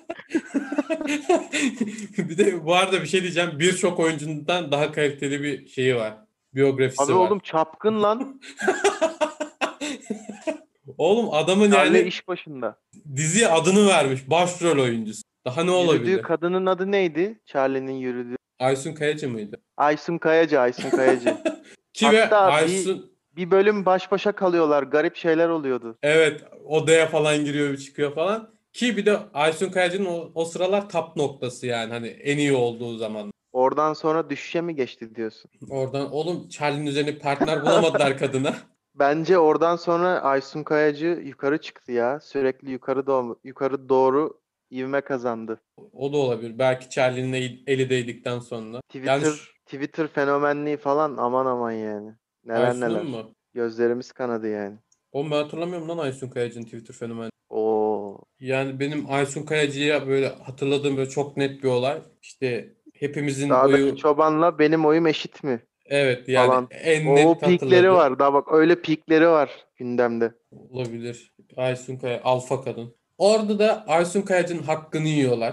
Bir de bu arada bir şey diyeceğim. Birçok oyuncundan daha kaliteli bir şeyi var. Abi Biyografisi oğlum var. çapkın lan. Oğlum adamın Charlie yani iş başında. diziye adını vermiş. Başrol oyuncusu. Daha ne Yürüdüğü olabilir? kadının adı neydi? Charlie'nin yürüdüğü. Aysun Kayacı mıydı? Aysun Kayacı, Aysun Kayacı. Ki ve Hatta bir Aysun bir bölüm baş başa kalıyorlar. Garip şeyler oluyordu. evet odaya falan giriyor çıkıyor falan. Ki bir de Aysun Kayacı'nın o sıralar tap noktası yani hani en iyi olduğu zaman. Oradan sonra düşüşe mi geçti diyorsun? Oradan oğlum Charlie'nin üzerine bir partner bulamadılar kadına. Bence oradan sonra Aysun Kayacı yukarı çıktı ya. Sürekli yukarı doğru ivme kazandı. O da olabilir. Belki Charlie'nin eli değdikten sonra. Yani Twitter fenomenliği falan aman aman yani. Neler Aysun'un neler. mu? Gözlerimiz kanadı yani. Oğlum ben hatırlamıyorum lan Aysun Kayacı'nın Twitter fenomeni. Oo. Yani benim Aysun Kayacı'ya böyle hatırladığım böyle çok net bir olay. İşte hepimizin Dağdaki oyu çobanla benim oyum eşit mi? evet yani Falan. en O net peakleri hatırladığım var. Daha bak öyle peakleri var gündemde. olabilir. Aysun Kaya alfa kadın. Orada da Aysun Kayacı'nın hakkını yiyorlar.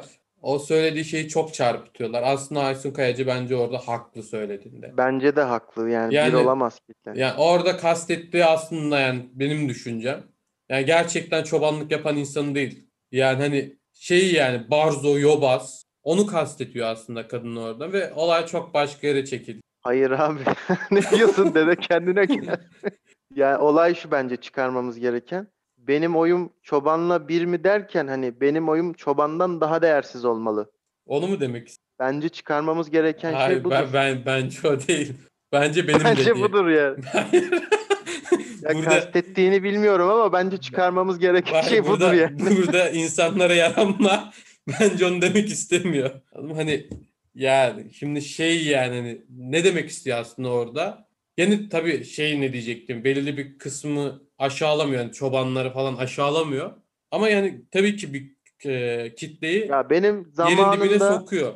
o söylediği şeyi çok çarpıtıyorlar. Aslında Aysun Kayacı bence orada haklı söylediğinde. Bence de haklı. Yani bir Yani olamaz kesinlikle. yani orada kastettiği aslında yani benim düşüncem. Yani gerçekten çobanlık yapan insanı değil. Yani hani şeyi yani barzo, yobaz onu kastediyor aslında kadın orada ve olay çok başka yere çekildi. Hayır abi. Ne diyorsun dede, kendine gel. Yani olay şu, bence çıkarmamız gereken. Benim oyum çobanla bir mi derken, hani benim oyum çobandan daha değersiz olmalı. Onu mu demek istiyor? Bence çıkarmamız gereken şey Hayır budur. bence o değil. Bence benim Bence dediği. budur yani. Hayır. Ya Burada kastettiğini bilmiyorum ama bence çıkarmamız gereken Hayır, şey budur yani. burada insanlara yaranma bence onu demek istemiyor. Anladın mı? Hani yani şimdi şey yani hani ne demek istiyor aslında orada? Yani tabii şey ne diyecektim belirli bir kısmı aşağılamıyor. Yani çobanları falan aşağılamıyor. Ama yani tabii ki bir kitleyi Ya benim yerin dibine zamanında sokuyor.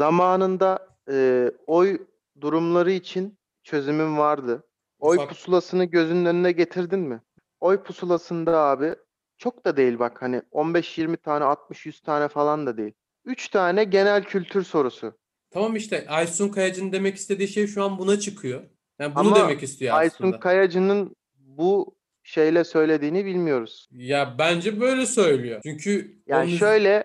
oy durumları için çözümüm vardı. Oy Ufak pusulasını gözünün önüne getirdin mi? Oy pusulasında abi, çok da değil bak, hani 15-20 tane, 60-100 tane falan da değil. 3 tane genel kültür sorusu. tamam işte Aysun Kayacı'nın demek istediği şey şu an buna çıkıyor. Yani bunu Ama demek istiyor Aysun aslında. Kayacı'nın bu şeyle söylediğini bilmiyoruz. Ya bence böyle söylüyor. Çünkü Yani şöyle,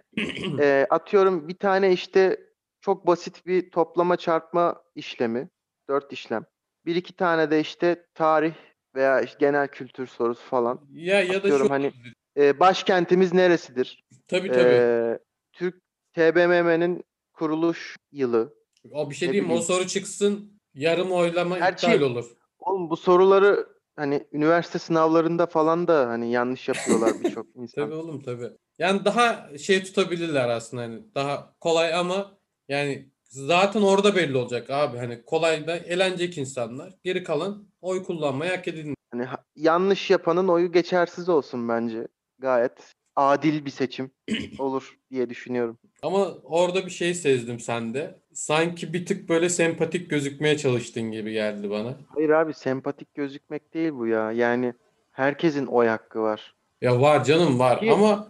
atıyorum bir tane işte çok basit bir toplama çarpma işlemi. 4 işlem. Bir iki tane de işte tarih veya işte genel kültür sorusu falan. ya da şu Atıyorum hani başkentimiz neresidir? tabii tabii. E, Türk TBMM'nin kuruluş yılı. O bir şey Ne diyeyim mi? O bileyim. soru çıksın yarım oylama iptal Gerçi olur. oğlum, bu soruları hani üniversite sınavlarında falan da hani yanlış yapıyorlar birçok Tabii insan. oğlum tabii. Yani daha şey tutabilirler aslında hani daha kolay ama yani zaten orada belli olacak abi. Hani kolay da elenecek insanlar. Geri kalan oy kullanmayı hak edin. Hani yanlış yapanın oyu geçersiz olsun bence. Gayet adil bir seçim olur diye düşünüyorum. Ama orada bir şey sezdim sende. Sanki bir tık böyle sempatik gözükmeye çalıştın gibi geldi bana. Hayır abi, sempatik gözükmek değil bu ya. Yani herkesin oy hakkı var. Ya var canım var Ki ama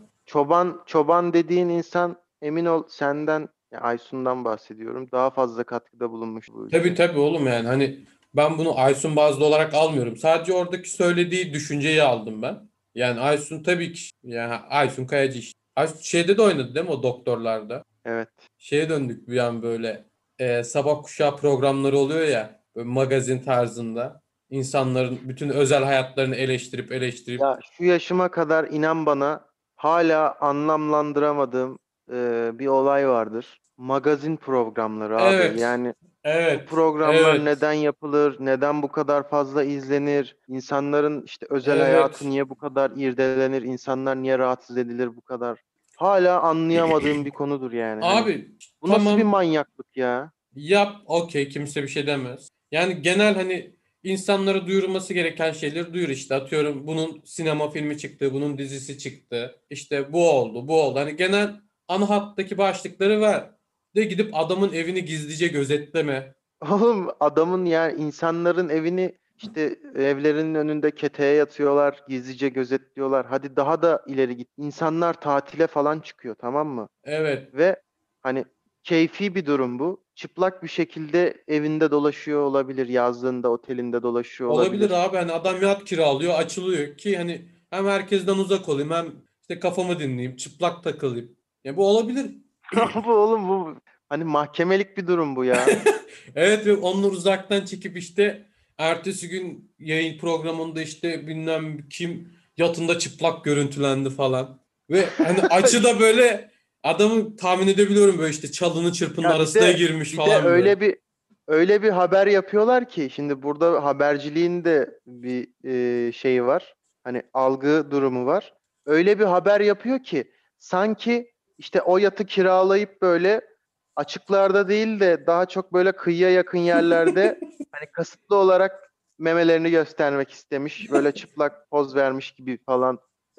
çoban dediğin insan, emin ol, senden, ya Aysun'dan bahsediyorum, daha fazla katkıda bulunmuş bu tabii ülkeye. tabii oğlum yani hani ben bunu Aysun bazlı olarak almıyorum. Sadece oradaki söylediği düşünceyi aldım ben. Yani Aysun tabii ki yani Aysun Kayacı işte. Aysun şeyde de oynadı değil mi o doktorlarda? Evet. Şeye döndük bir an böyle sabah kuşağı programları oluyor ya böyle magazin tarzında. İnsanların bütün özel hayatlarını eleştirip Ya şu yaşıma kadar, inan bana, hala anlamlandıramadığım bir olay vardır. Magazin programları abi. evet Yani bu evet programlar evet neden yapılır? Neden bu kadar fazla izlenir? İnsanların işte özel hayatı evet niye bu kadar irdelenir? İnsanlar niye rahatsız edilir bu kadar? Hala anlayamadığım bir konudur yani. Hani abi bu nasıl bir tamam. manyaklık ya? Yap, okey kimse bir şey demez. Yani genel hani insanlara duyurulması gereken şeyleri duyur işte. Atıyorum bunun sinema filmi çıktı, bunun dizisi çıktı. İşte bu oldu, bu oldu. Hani genel ana hattaki başlıkları ver. De gidip adamın evini gizlice gözetleme. Oğlum, adamın, yani insanların evini, işte evlerinin önünde keteye yatıyorlar, gizlice gözetliyorlar. Hadi daha da ileri git. İnsanlar tatile falan çıkıyor, tamam mı? Evet. Ve hani keyfi bir durum bu. Çıplak bir şekilde evinde dolaşıyor olabilir, yazlığında, otelinde dolaşıyor Olabilir olabilir. abi hani adam yat kiralıyor, açılıyor ki hani hem herkesten uzak olayım hem işte kafamı dinleyeyim, çıplak takılayım. Ya bu olabilir. Bu oğlum, bu hani mahkemelik bir durum bu ya. Evet ve onları uzaktan çekip işte ertesi gün yayın programında işte bilmem kim yatında çıplak görüntülendi falan. Ve hani açı da böyle adamı tahmin edebiliyorum böyle işte çalının çırpının Ya bir arasına de girmiş bir de falan böyle. öyle bir haber yapıyorlar ki, şimdi burada haberciliğin de bir şeyi var. Hani algı durumu var. Öyle bir haber yapıyor ki sanki işte o yatı kiralayıp böyle açıklarda değil de daha çok böyle kıyıya yakın yerlerde, hani kasıtlı olarak memelerini göstermek istemiş. Böyle çıplak poz vermiş gibi falan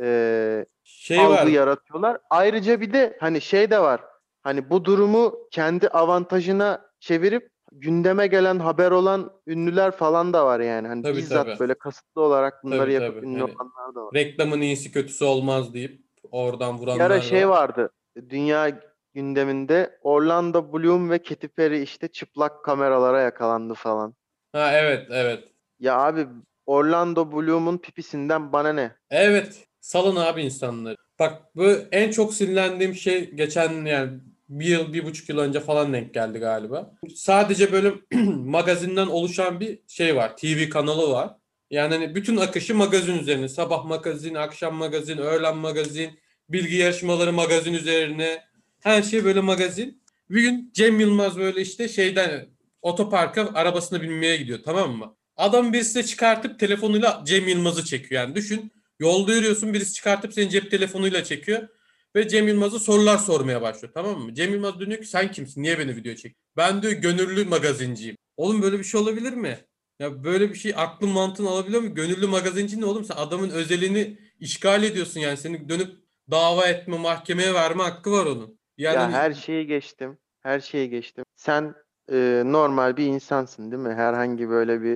Şey algı var. yaratıyorlar. Ayrıca bir de hani şey de var. Hani bu durumu kendi avantajına çevirip gündeme gelen, haber olan ünlüler falan da var yani. Hani Tabii bizzat tabii. böyle kasıtlı olarak bunları Tabii yapıp tabii. ünlü Hani olanlar da var. reklamın iyisi kötüsü olmaz deyip oradan Bir ara vuranlar da şey var. vardı. Dünya gündeminde Orlando Bloom ve Katy Perry işte çıplak kameralara yakalandı falan. Ha, evet evet. Ya abi, Orlando Bloom'un pipisinden bana ne? Evet. Salın abi insanları. Bak, bu en çok sinirlendiğim şey geçen, yani bir yıl, 1,5 yıl önce falan denk geldi galiba. Sadece böyle magazinden oluşan bir şey var. TV kanalı var. Yani hani bütün akışı magazin üzerine. Sabah magazin, akşam magazin, öğlen magazin, bilgi yarışmaları magazin üzerine. Her şey böyle magazin. Bir gün Cem Yılmaz böyle işte şeyden otoparka arabasına binmeye gidiyor, tamam mı? Adam birisi de çıkartıp telefonuyla Cem Yılmaz'ı çekiyor. Yani düşün, yolda yürüyorsun, birisi çıkartıp seni cep telefonuyla çekiyor. Ve Cem Yılmaz'a sorular sormaya başlıyor, tamam mı? Cem Yılmaz dönüyor ki sen kimsin? Niye beni video çek? Ben diyor gönüllü magazinciyim. Oğlum böyle bir şey olabilir mi? Ya böyle bir şey aklın mantığın alabiliyor mu? Gönüllü magazinci ne oğlum? Sen adamın özelini işgal ediyorsun yani. Seni dönüp dava etme, mahkemeye verme hakkı var onun. Yani Ya hani her şeyi geçtim. Her şeyi geçtim. Sen normal bir insansın değil mi? Herhangi böyle bir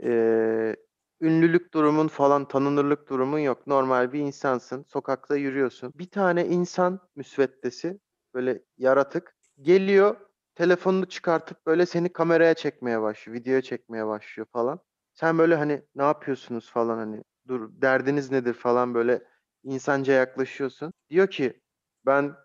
e, ünlülük durumun falan, tanınırlık durumun yok. Normal bir insansın. Sokakta yürüyorsun. Bir tane insan müsveddesi, böyle yaratık, geliyor, telefonunu çıkartıp böyle seni kameraya çekmeye başlıyor. Videoya çekmeye başlıyor falan. Sen böyle hani ne yapıyorsunuz falan, hani dur, derdiniz nedir falan, böyle insanca yaklaşıyorsun. Diyor ki ben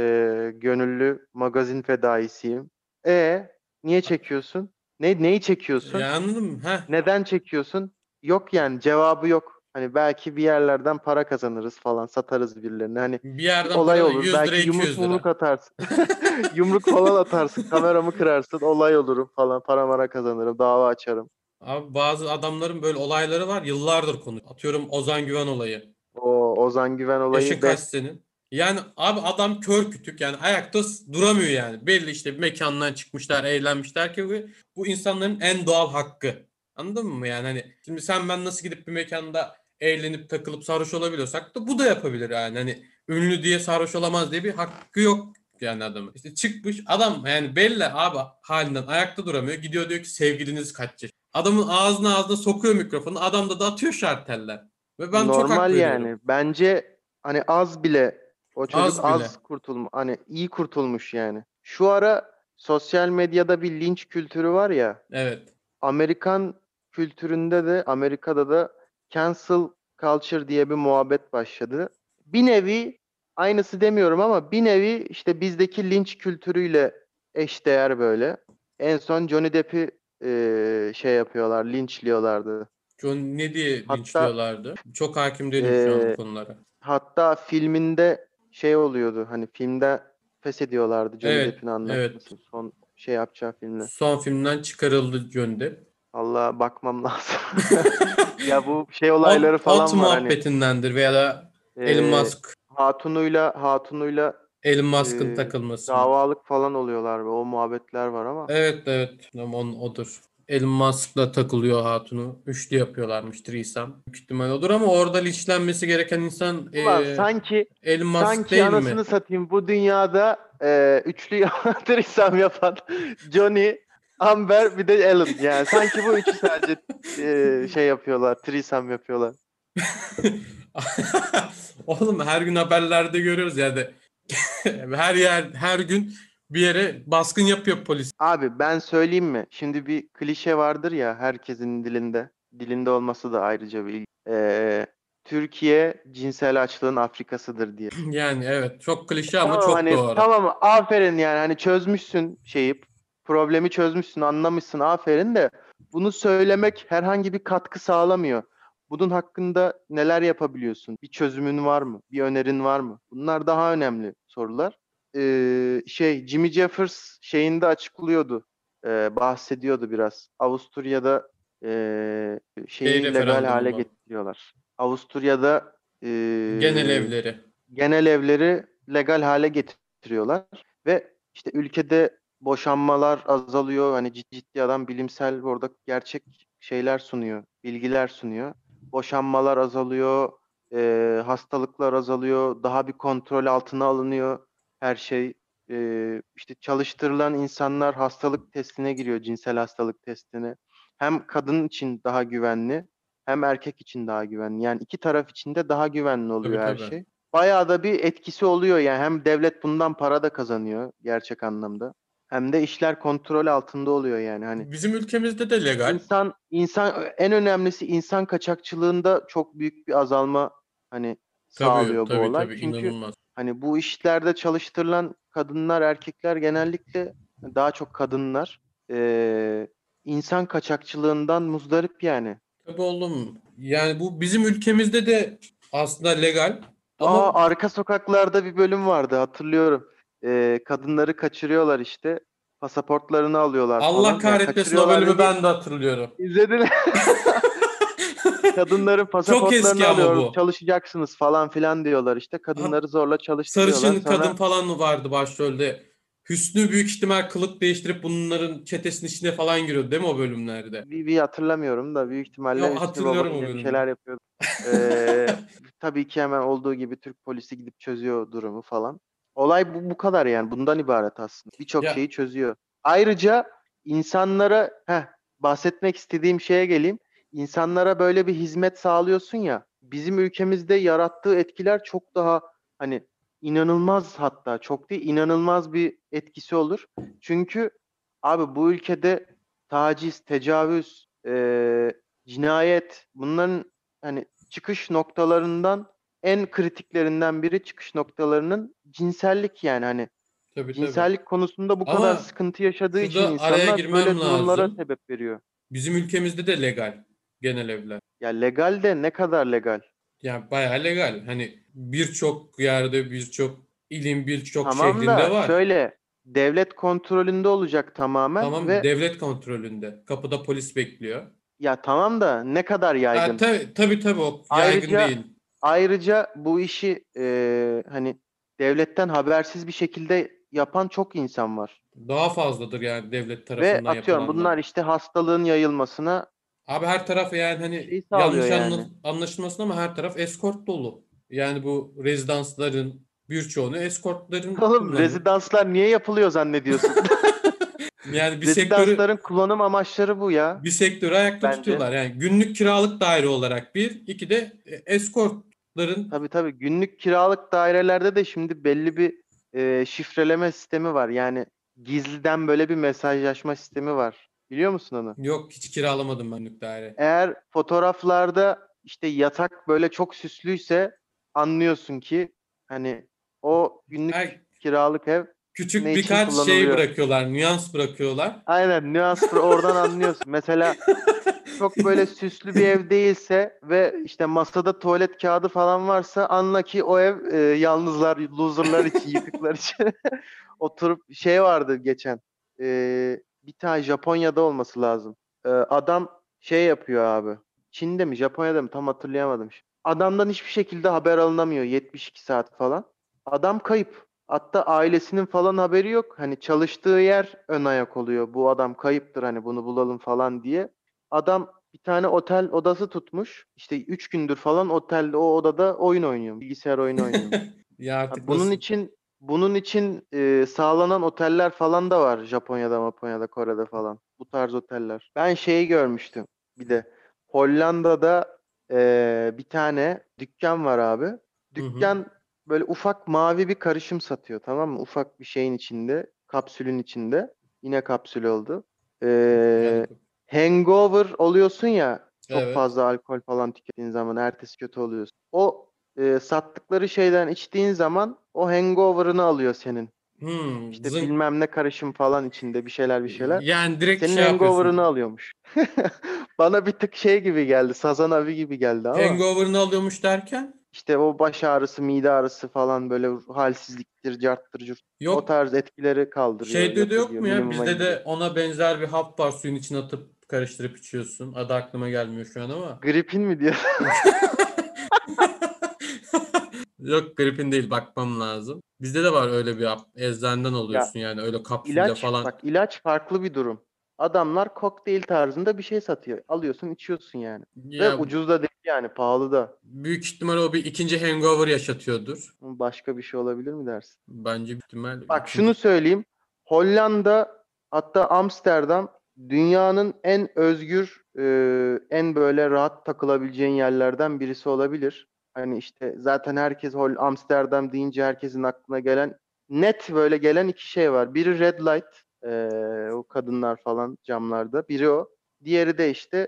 gönüllü magazin fedaisiyim. E niye çekiyorsun? Neyi çekiyorsun? ya, anladın mı? Heh. Neden çekiyorsun? Yok yani, cevabı yok. Hani belki bir yerlerden para kazanırız falan, satarız birilerine. Hani Bir bir yerden olay para olur. 100 lira, Belki yumruk 200 mumruk lira. atarsın. Yumruk falan atarsın. Kameramı kırarsın. Olay olurum falan. Para mara kazanırım. Dava açarım. Abi bazı adamların böyle olayları var, yıllardır konu. Atıyorum Ozan Güven olayı. O Ozan Güven Yaşın olayı kaç best. senin? Yani abi adam kör kütük, yani ayakta duramıyor yani. Belli işte bir mekandan çıkmışlar, eğlenmişler ki bu insanların en doğal hakkı. Anladın mı yani, hani şimdi sen ben nasıl gidip bir mekanda eğlenip takılıp sarhoş olabiliyorsak da bu da yapabilir yani. Hani ünlü diye sarhoş olamaz diye bir hakkı yok yani adamın. İşte çıkmış adam, yani belli abi halinden ayakta duramıyor. Gidiyor diyor ki sevgiliniz kaç yaş? Adamın ağzına sokuyor mikrofonu. Adam da atıyor şarteller. Ve ben çok hak Normal veriyorum. yani. Bence hani az bile, o çocuk Az az bile. kurtulmuş. Hani iyi kurtulmuş yani. Şu ara sosyal medyada bir linç kültürü var ya. Evet. Amerikan kültüründe de, Amerika'da da cancel culture diye bir muhabbet başladı. Bir nevi, aynısı demiyorum ama bir nevi işte bizdeki linç kültürüyle eşdeğer böyle. En son Johnny Depp'i şey yapıyorlar, linçliyorlardı. John ne diye Hatta linçliyorlardı? Çok hakim değilim şu an bu e, konulara. Hatta filminde şey oluyordu, hani filmde feshediyorlardı Johnny Evet, Depp'in evet. anlaşmasını, son şey yapacağı filmle. Son filmden çıkarıldı John Depp. Allah, bakmam lazım. Ya bu şey Ot, olayları ot falan var hani, muhabbetindendir veya da Elon e, Musk. hatunuyla Elon e, Musk'ın takılmasından. davalık falan oluyorlar ve o muhabbetler var ama Evet, evet. Tamam, odur. Elon Musk'la takılıyor hatunu. Üçlü yapıyorlarmış threesome. Büyük ihtimal odur ama orada linçlenmesi gereken insan ulan Elon Musk sanki değil mi? anasını satayım, bu dünyada üçlü trisam yapan Johnny, Amber, bir de Alan, yani sanki bu üçü sadece şey yapıyorlar, trisam yapıyorlar. Oğlum her gün haberlerde görüyoruz yani. Her yer, her gün bir yere baskın yapıyor polis. Abi ben söyleyeyim mi? Şimdi bir klişe vardır ya herkesin dilinde. Dilinde olması da ayrıca bir Türkiye cinsel açlığın Afrikasıdır diye. Yani evet, çok klişe ama Tamam, çok hani doğru. tamam, aferin yani, hani çözmüşsün şeyi, problemi çözmüşsün, anlamışsın, aferin de bunu söylemek herhangi bir katkı sağlamıyor. Bunun hakkında neler yapabiliyorsun? Bir çözümün var mı? Bir önerin var mı? Bunlar daha önemli sorular. Jimmy Jeffers şeyinde açıklıyordu. Bahsediyordu biraz. Avusturya'da Şey şeyi legal referandumu hale mu? getiriyorlar. Avusturya'da Genel evleri. genel evleri legal hale getiriyorlar ve işte ülkede boşanmalar azalıyor. Hani ciddi adam bilimsel orada gerçek şeyler sunuyor, bilgiler sunuyor. Boşanmalar azalıyor, hastalıklar azalıyor, daha bir kontrol altına alınıyor her şey. İşte çalıştırılan insanlar hastalık testine giriyor, cinsel hastalık testine. Hem kadın için daha güvenli, hem erkek için daha güvenli. Yani iki taraf için de daha güvenli Tabii oluyor her tabii. şey. bayağı da bir etkisi oluyor yani. Hem devlet bundan para da kazanıyor gerçek anlamda. Hem de işler kontrol altında oluyor yani. Hani Bizim ülkemizde de legal. insan en önemlisi insan kaçakçılığında çok büyük bir azalma hani Tabii sağlıyor bu tabii olay. tabii, Çünkü inanılmaz. hani bu işlerde çalıştırılan kadınlar, erkekler genellikle daha çok kadınlar insan kaçakçılığından muzdarip yani. Tabii oğlum. Yani bu bizim ülkemizde de aslında legal. Ama Arka sokaklarda bir bölüm vardı hatırlıyorum. Kadınları kaçırıyorlar işte. Pasaportlarını alıyorlar Allah falan. Ya kahretmesin, o kaçırıyorlar bölümü dediğim ben de hatırlıyorum. izledin. Kadınların Çok pasaportlarını eski ama alıyor, bu. çalışacaksınız falan filan diyorlar işte. Ha, Kadınları zorla çalıştırıyorlar. sarışın kadın Sonra falan mı vardı başrolde? Hüsnü büyük ihtimal kılık değiştirip bunların çetesinin içine falan giriyordu değil mi o bölümlerde? bir hatırlamıyorum da büyük ihtimalle Yo, Hüsnü Baba hatırlıyorum o yine bir bölümü. şeyler yapıyordu. Ee, tabii ki hemen olduğu gibi Türk polisi gidip çözüyor durumu falan. Olay bu kadar yani. Bundan ibaret aslında. Birçok Ya şeyi çözüyor. Ayrıca insanlara bahsetmek istediğim şeye geleyim. İnsanlara böyle bir hizmet sağlıyorsun ya. Bizim ülkemizde yarattığı etkiler çok daha hani inanılmaz, hatta çok değil inanılmaz bir etkisi olur. Çünkü abi bu ülkede taciz, tecavüz, cinayet bunların hani çıkış noktalarından en kritiklerinden biri, çıkış noktalarının cinsellik yani hani tabii tabii. cinsellik konusunda bu kadar Ama sıkıntı yaşadığı için şurada araya insanlar girmem böyle durumlara lazım. sebep veriyor. Bizim ülkemizde de legal genel evler. Ya legal de ne kadar legal? Yani bayağı legal. Hani birçok yerde, birçok ilin birçok Tamam şehrinde da var. şöyle devlet kontrolünde olacak tamamen Tamam, ve devlet kontrolünde. Kapıda polis bekliyor. ya tamam da ne kadar Ha, yaygın? tabii tabii, o yaygın Ayrıca değil. ayrıca bu işi hani devletten habersiz bir şekilde yapan çok insan var. Daha fazladır yani devlet Ve tarafından atıyorum bunlar yapılanlar. işte hastalığın yayılmasına Abi her taraf yani hani şey sağlıyor yanlış yani. anlaşılmasın ama her taraf eskort dolu. Yani bu rezidansların birçoğunu eskortların Oğlum kullanıyor. rezidanslar niye yapılıyor zannediyorsun? Yani Rezidansların kullanım amaçları bu ya bir sektörü ayakta bence. tutuyorlar. Yani günlük kiralık daire olarak bir, iki de eskortların. Tabii tabii günlük kiralık dairelerde de şimdi belli bir şifreleme sistemi var. Yani gizliden böyle bir mesajlaşma sistemi var. Biliyor musun onu? Yok, hiç kiralamadım ben günlük daire. Eğer fotoğraflarda işte yatak böyle çok süslüyse anlıyorsun ki hani o günlük Yani kiralık ev ne küçük için birkaç şey kullanılıyor. bırakıyorlar, nüans bırakıyorlar. Aynen oradan anlıyorsun. Mesela çok böyle süslü bir ev değilse ve işte masada tuvalet kağıdı falan varsa anla ki o ev yalnızlar, loserlar için, yıkıklar için. Oturup şey vardı geçen. Bir tane Japonya'da olması lazım. Adam şey yapıyor abi. Çin'de mi Japonya'da mı tam hatırlayamadım. Adamdan hiçbir şekilde haber alınamıyor 72 saat falan. Adam kayıp. Hatta ailesinin falan haberi yok. Hani çalıştığı yer ön ayak oluyor. Bu adam kayıptır hani bunu bulalım falan diye. Adam bir tane otel odası tutmuş. İşte 3 gündür falan otelde o odada oyun oynuyor. Bilgisayar oyunu oynuyormuş. Ya Ha, artık Bunun nasıl? için bunun için sağlanan oteller falan da var Japonya'da, Kore'de falan. Bu tarz oteller. Ben şeyi görmüştüm. Bir de Hollanda'da bir tane dükkan var abi. Hı hı. Dükkan böyle ufak mavi bir karışım satıyor, tamam mı? Ufak bir şeyin içinde, kapsülün içinde. Yine kapsül oldu. Yani E, Hangover oluyorsun ya, çok evet. fazla alkol falan tükettiğin zaman ertesi kötü oluyorsun. O sattıkları şeyden içtiğin zaman o hangover'ını alıyor senin. İşte Zınk. bilmem ne karışım falan içinde bir şeyler. Yani direkt Senin şey hangover'ını yapıyorsun. alıyormuş. Bana bir tık şey gibi geldi. Sazan abi gibi geldi ama Hangover'ını alıyormuş derken? işte o baş ağrısı, mide ağrısı falan böyle halsizliktir, carttır, curt. O Yok. tarz etkileri kaldırıyor, Şeyde de yok yok ediyor, mu ya? minimuma Bizde indiriyor. de ona benzer bir hap var, suyun içine atıp karıştırıp içiyorsun. Adı aklıma gelmiyor şu an ama. Gripin mi diyor? Yok, gripin değil, bakmam lazım. Bizde de var öyle bir hap. Eczaneden Ya alıyorsun yani, öyle kapsülde ilaç, falan. bak ilaç farklı bir durum. Adamlar kokteyl tarzında bir şey satıyor. Alıyorsun, içiyorsun yani. Ve Ya ucuz da değil yani, pahalı da. büyük ihtimal o bir ikinci hangover yaşatıyordur. Başka bir şey olabilir mi dersin? Bence büyük ihtimal Bak şunu ikinci. söyleyeyim. Hollanda hatta Amsterdam dünyanın en özgür, en böyle rahat takılabileceğin yerlerden birisi olabilir. Hani işte zaten herkes Amsterdam deyince herkesin aklına gelen net böyle gelen iki şey var. Biri red light, o kadınlar falan camlarda. Biri o. Diğeri de işte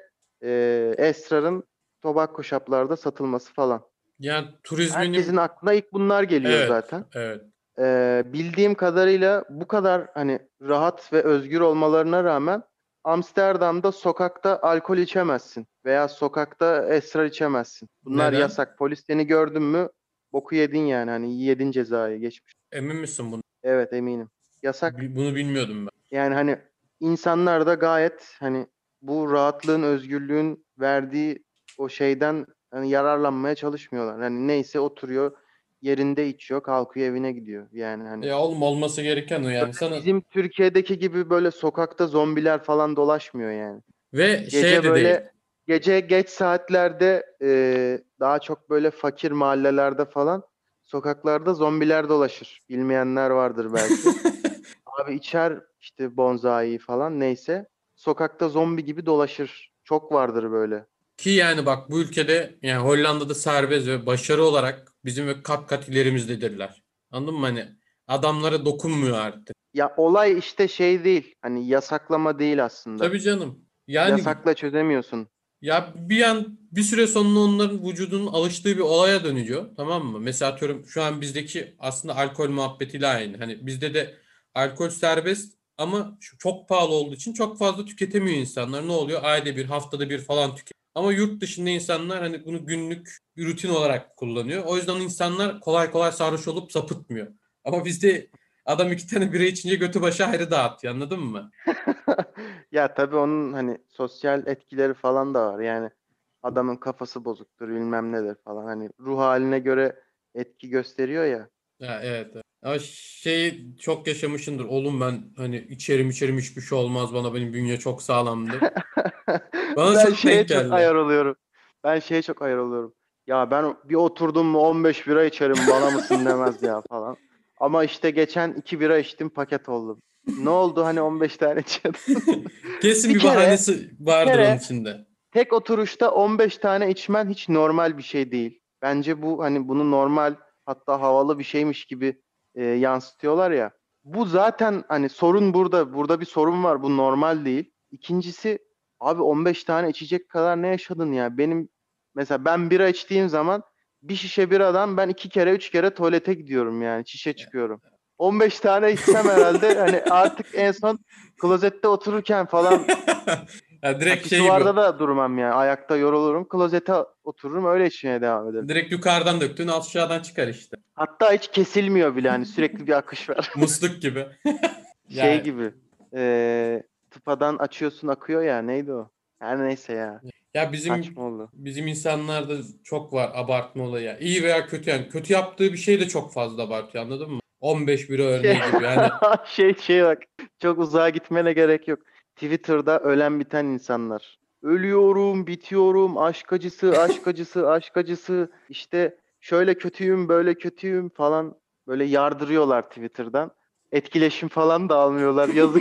esrarın tobacco shop'larda satılması falan. Yani turizminin Herkesin aklına ilk bunlar geliyor evet, zaten. evet. Bildiğim kadarıyla bu kadar hani rahat ve özgür olmalarına rağmen Amsterdam'da sokakta alkol içemezsin veya sokakta esrar içemezsin. Bunlar Neden? yasak. Polis seni gördün mü boku yedin yani hani yedin cezayı geçmiş. Emin misin bunu? Evet eminim. Yasak. Bunu bilmiyordum ben. Yani hani insanlar da gayet hani bu rahatlığın, özgürlüğün verdiği o şeyden hani yararlanmaya çalışmıyorlar. Hani neyse oturuyor, yerinde içiyor, kalkıyor evine gidiyor. Yani hani Ya oğlum olması gereken o yani. Sana bizim Türkiye'deki gibi böyle sokakta zombiler falan dolaşmıyor yani. ve şey Gece de değil. böyle gece geç saatlerde daha çok böyle fakir mahallelerde falan sokaklarda zombiler dolaşır. Bilmeyenler vardır belki. Abi içer işte bonzai falan neyse. Sokakta zombi gibi dolaşır. Çok vardır böyle. Ki yani bak bu ülkede yani Hollanda'da serbest ve başarı olarak bizim ve kat kat ilerimizdedirler. Anladın mı hani? Adamlara dokunmuyor artık. Ya olay işte şey değil. Hani yasaklama değil aslında. Tabii canım. Yani Yasakla çözemiyorsun. ya bir süre sonra onların vücudunun alıştığı bir olaya dönüyor. Tamam mı? Mesela atıyorum şu an bizdeki aslında alkol muhabbetiyle aynı. Hani bizde de alkol serbest ama çok pahalı olduğu için çok fazla tüketemiyor insanlar. Ne oluyor? Ayda bir, haftada bir falan tüketiyor. Ama yurt dışında insanlar hani bunu günlük bir rutin olarak kullanıyor. O yüzden insanlar kolay kolay sarhoş olup sapıtmıyor. Ama bizde adam iki tane bira içince götü başı ayrı dağıtıyor. Anladın mı? Ya tabii onun hani sosyal etkileri falan da var. Yani adamın kafası bozuktur bilmem nedir falan. Hani ruh haline göre etki gösteriyor ya. Ya evet. Evet. Ama şey çok yaşamışındır. Oğlum ben hani içerim hiçbir şey olmaz bana benim bünye çok sağlamdır. Bana Ben çok şeye denk çok geldi. ayar oluyorum. Ben şeye çok ayar oluyorum. Ya ben bir oturdum mu 15 bira içerim bana mısın demez ya falan. Ama işte geçen 2 bira içtim paket oldum. Ne oldu hani 15 tane içiyordum. Kesin Bir bir kere bahanesi bir vardır onun kere içinde. tek oturuşta 15 tane içmen hiç normal bir şey değil. Bence bu hani bunu normal hatta havalı bir şeymiş gibi yansıtıyorlar ya. Bu zaten hani sorun burada. Burada bir sorun var. Bu normal değil. İkincisi abi 15 tane içecek kadar ne yaşadın ya? Benim mesela ben bira içtiğim zaman bir şişe biradan ben 2 kere 3 kere tuvalete gidiyorum yani. Şişe çıkıyorum. 15 tane içsem herhalde hani artık en son klozette otururken falan. Ya Ha, direkt şey gibi. pisuvarda da durmam yani. Ayakta yorulurum. Klozete otururum. Öyle içmeye devam ederim. Direkt yukarıdan döktün aşağıdan çıkar işte. Hatta hiç kesilmiyor bile. Hani sürekli bir akış var. Musluk gibi. Şey Yani gibi. Tıpadan açıyorsun akıyor ya. Neydi o? Her neyse ya. ya bizim Saçma oldu. bizim insanlarda çok var abartma olayı ya. İyi veya kötü yani. Kötü yaptığı bir şey de çok fazla abartıyor anladın mı? 15 bira Şey, örneği gibi. Yani şey bak. Çok uzağa gitmene gerek yok. Twitter'da ölen biten insanlar. Ölüyorum, bitiyorum, aşk acısı, aşk acısı, aşk acısı. İşte şöyle kötüyüm, böyle kötüyüm falan. Böyle yardırıyorlar Twitter'dan. Etkileşim falan da almıyorlar. Yazık.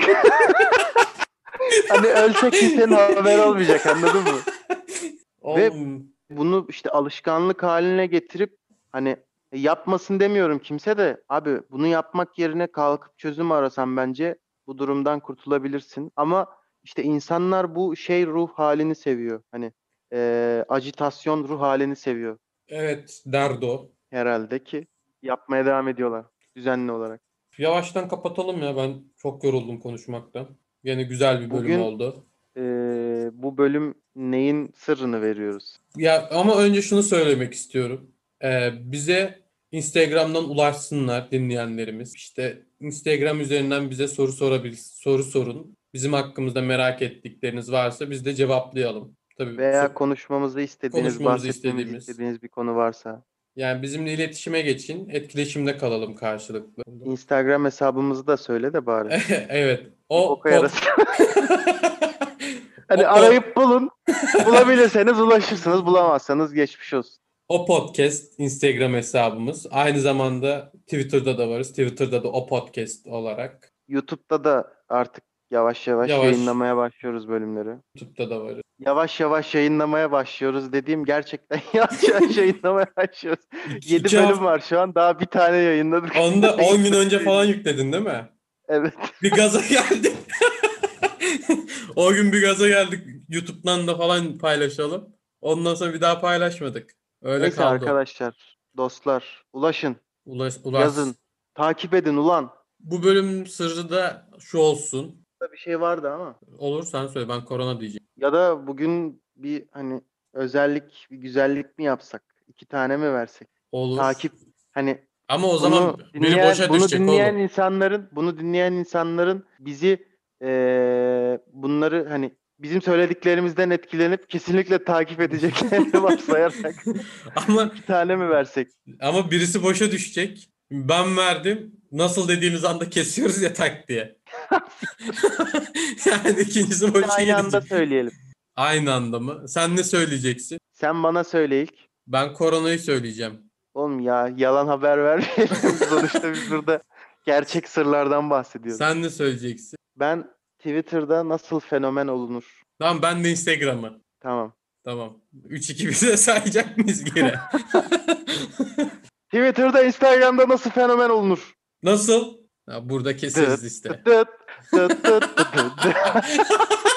Hani ölse kimsenin haberi olmayacak anladın mı? Ve oğlum bunu işte alışkanlık haline getirip hani yapmasın demiyorum kimse de abi bunu yapmak yerine kalkıp çözüm arasan bence bu durumdan kurtulabilirsin. Ama işte insanlar bu şey ruh halini seviyor. Hani ajitasyon ruh halini seviyor evet derdo. herhalde ki yapmaya devam ediyorlar düzenli olarak. Yavaştan kapatalım ya. Ben çok yoruldum konuşmaktan. Yine güzel bir bölüm Bugün oldu. bu bölüm neyin sırrını veriyoruz? Ya ama önce şunu söylemek istiyorum. Bize Instagram'dan ulaşsınlar dinleyenlerimiz. İşte Instagram üzerinden bize soru sorun. Bizim hakkımızda merak ettikleriniz varsa biz de cevaplayalım. Tabii Veya konuşmamızı istediğiniz, konuşmamızı bahsetmemizi istediğimiz. istediğiniz bir konu varsa. Yani bizimle iletişime geçin. Etkileşimde kalalım karşılıklı. Instagram hesabımızı da söyle de bari. Evet. Bir O boka pod yarasın. Hani o pod arayıp bulun. Bulabilirseniz ulaşırsınız. Bulamazsanız geçmiş olsun. O podcast Instagram hesabımız. Aynı zamanda Twitter'da da varız. Twitter'da da o podcast olarak. YouTube'da da artık Yavaş yavaş Yavaş yayınlamaya başlıyoruz bölümleri. YouTube'da da var. Yavaş yavaş yayınlamaya başlıyoruz dediğim gerçekten yavaş yavaş yayınlamaya başlıyoruz. 7 İki bölüm hafta, var şu an. Daha bir tane yayınladık. onu da 10 gün önce falan Yayınladık. yükledin değil mi? Evet. Bir gaza geldik. O gün bir gaza geldik. YouTube'dan da falan paylaşalım. Ondan sonra bir daha paylaşmadık. Öyle Neyse kaldı o. arkadaşlar, dostlar, ulaşın, Ulaş. yazın, takip edin ulan. Bu bölüm sırrı da şu olsun. Burada bir şey vardı ama. Olur sen söyle, ben korona diyeceğim. Ya da bugün bir hani özellik, bir güzellik mi yapsak? 2 tane mi versek? Olur. Takip hani Ama o zaman biri boşa bunu düşecek dinleyen oğlum. insanların bizi bunları hani bizim söylediklerimizden etkilenip kesinlikle takip edeceklerini varsayarak Ama 2 tane mi versek? birisi boşa düşecek. Ben verdim. Nasıl dediğiniz anda kesiyoruz ya tak diye. Yani ikincisi boşa Aynı anda gidecek. söyleyelim. Aynı anda mı? Sen ne söyleyeceksin? Sen bana söyle ilk. Ben koronayı söyleyeceğim. Oğlum ya yalan haber vermeyelim. Sonuçta biz burada gerçek sırlardan bahsediyoruz. Sen ne söyleyeceksin? Ben Twitter'da nasıl fenomen olunur? Tamam, ben de Instagram'ı. Tamam. Tamam. 3-2 bize sayacak mıyız geri? Twitter'da, Instagram'da nasıl fenomen olunur? Nasıl? Ha, burada Dıt keseriz işte. dıt dıt dıt dıt dıt dıt.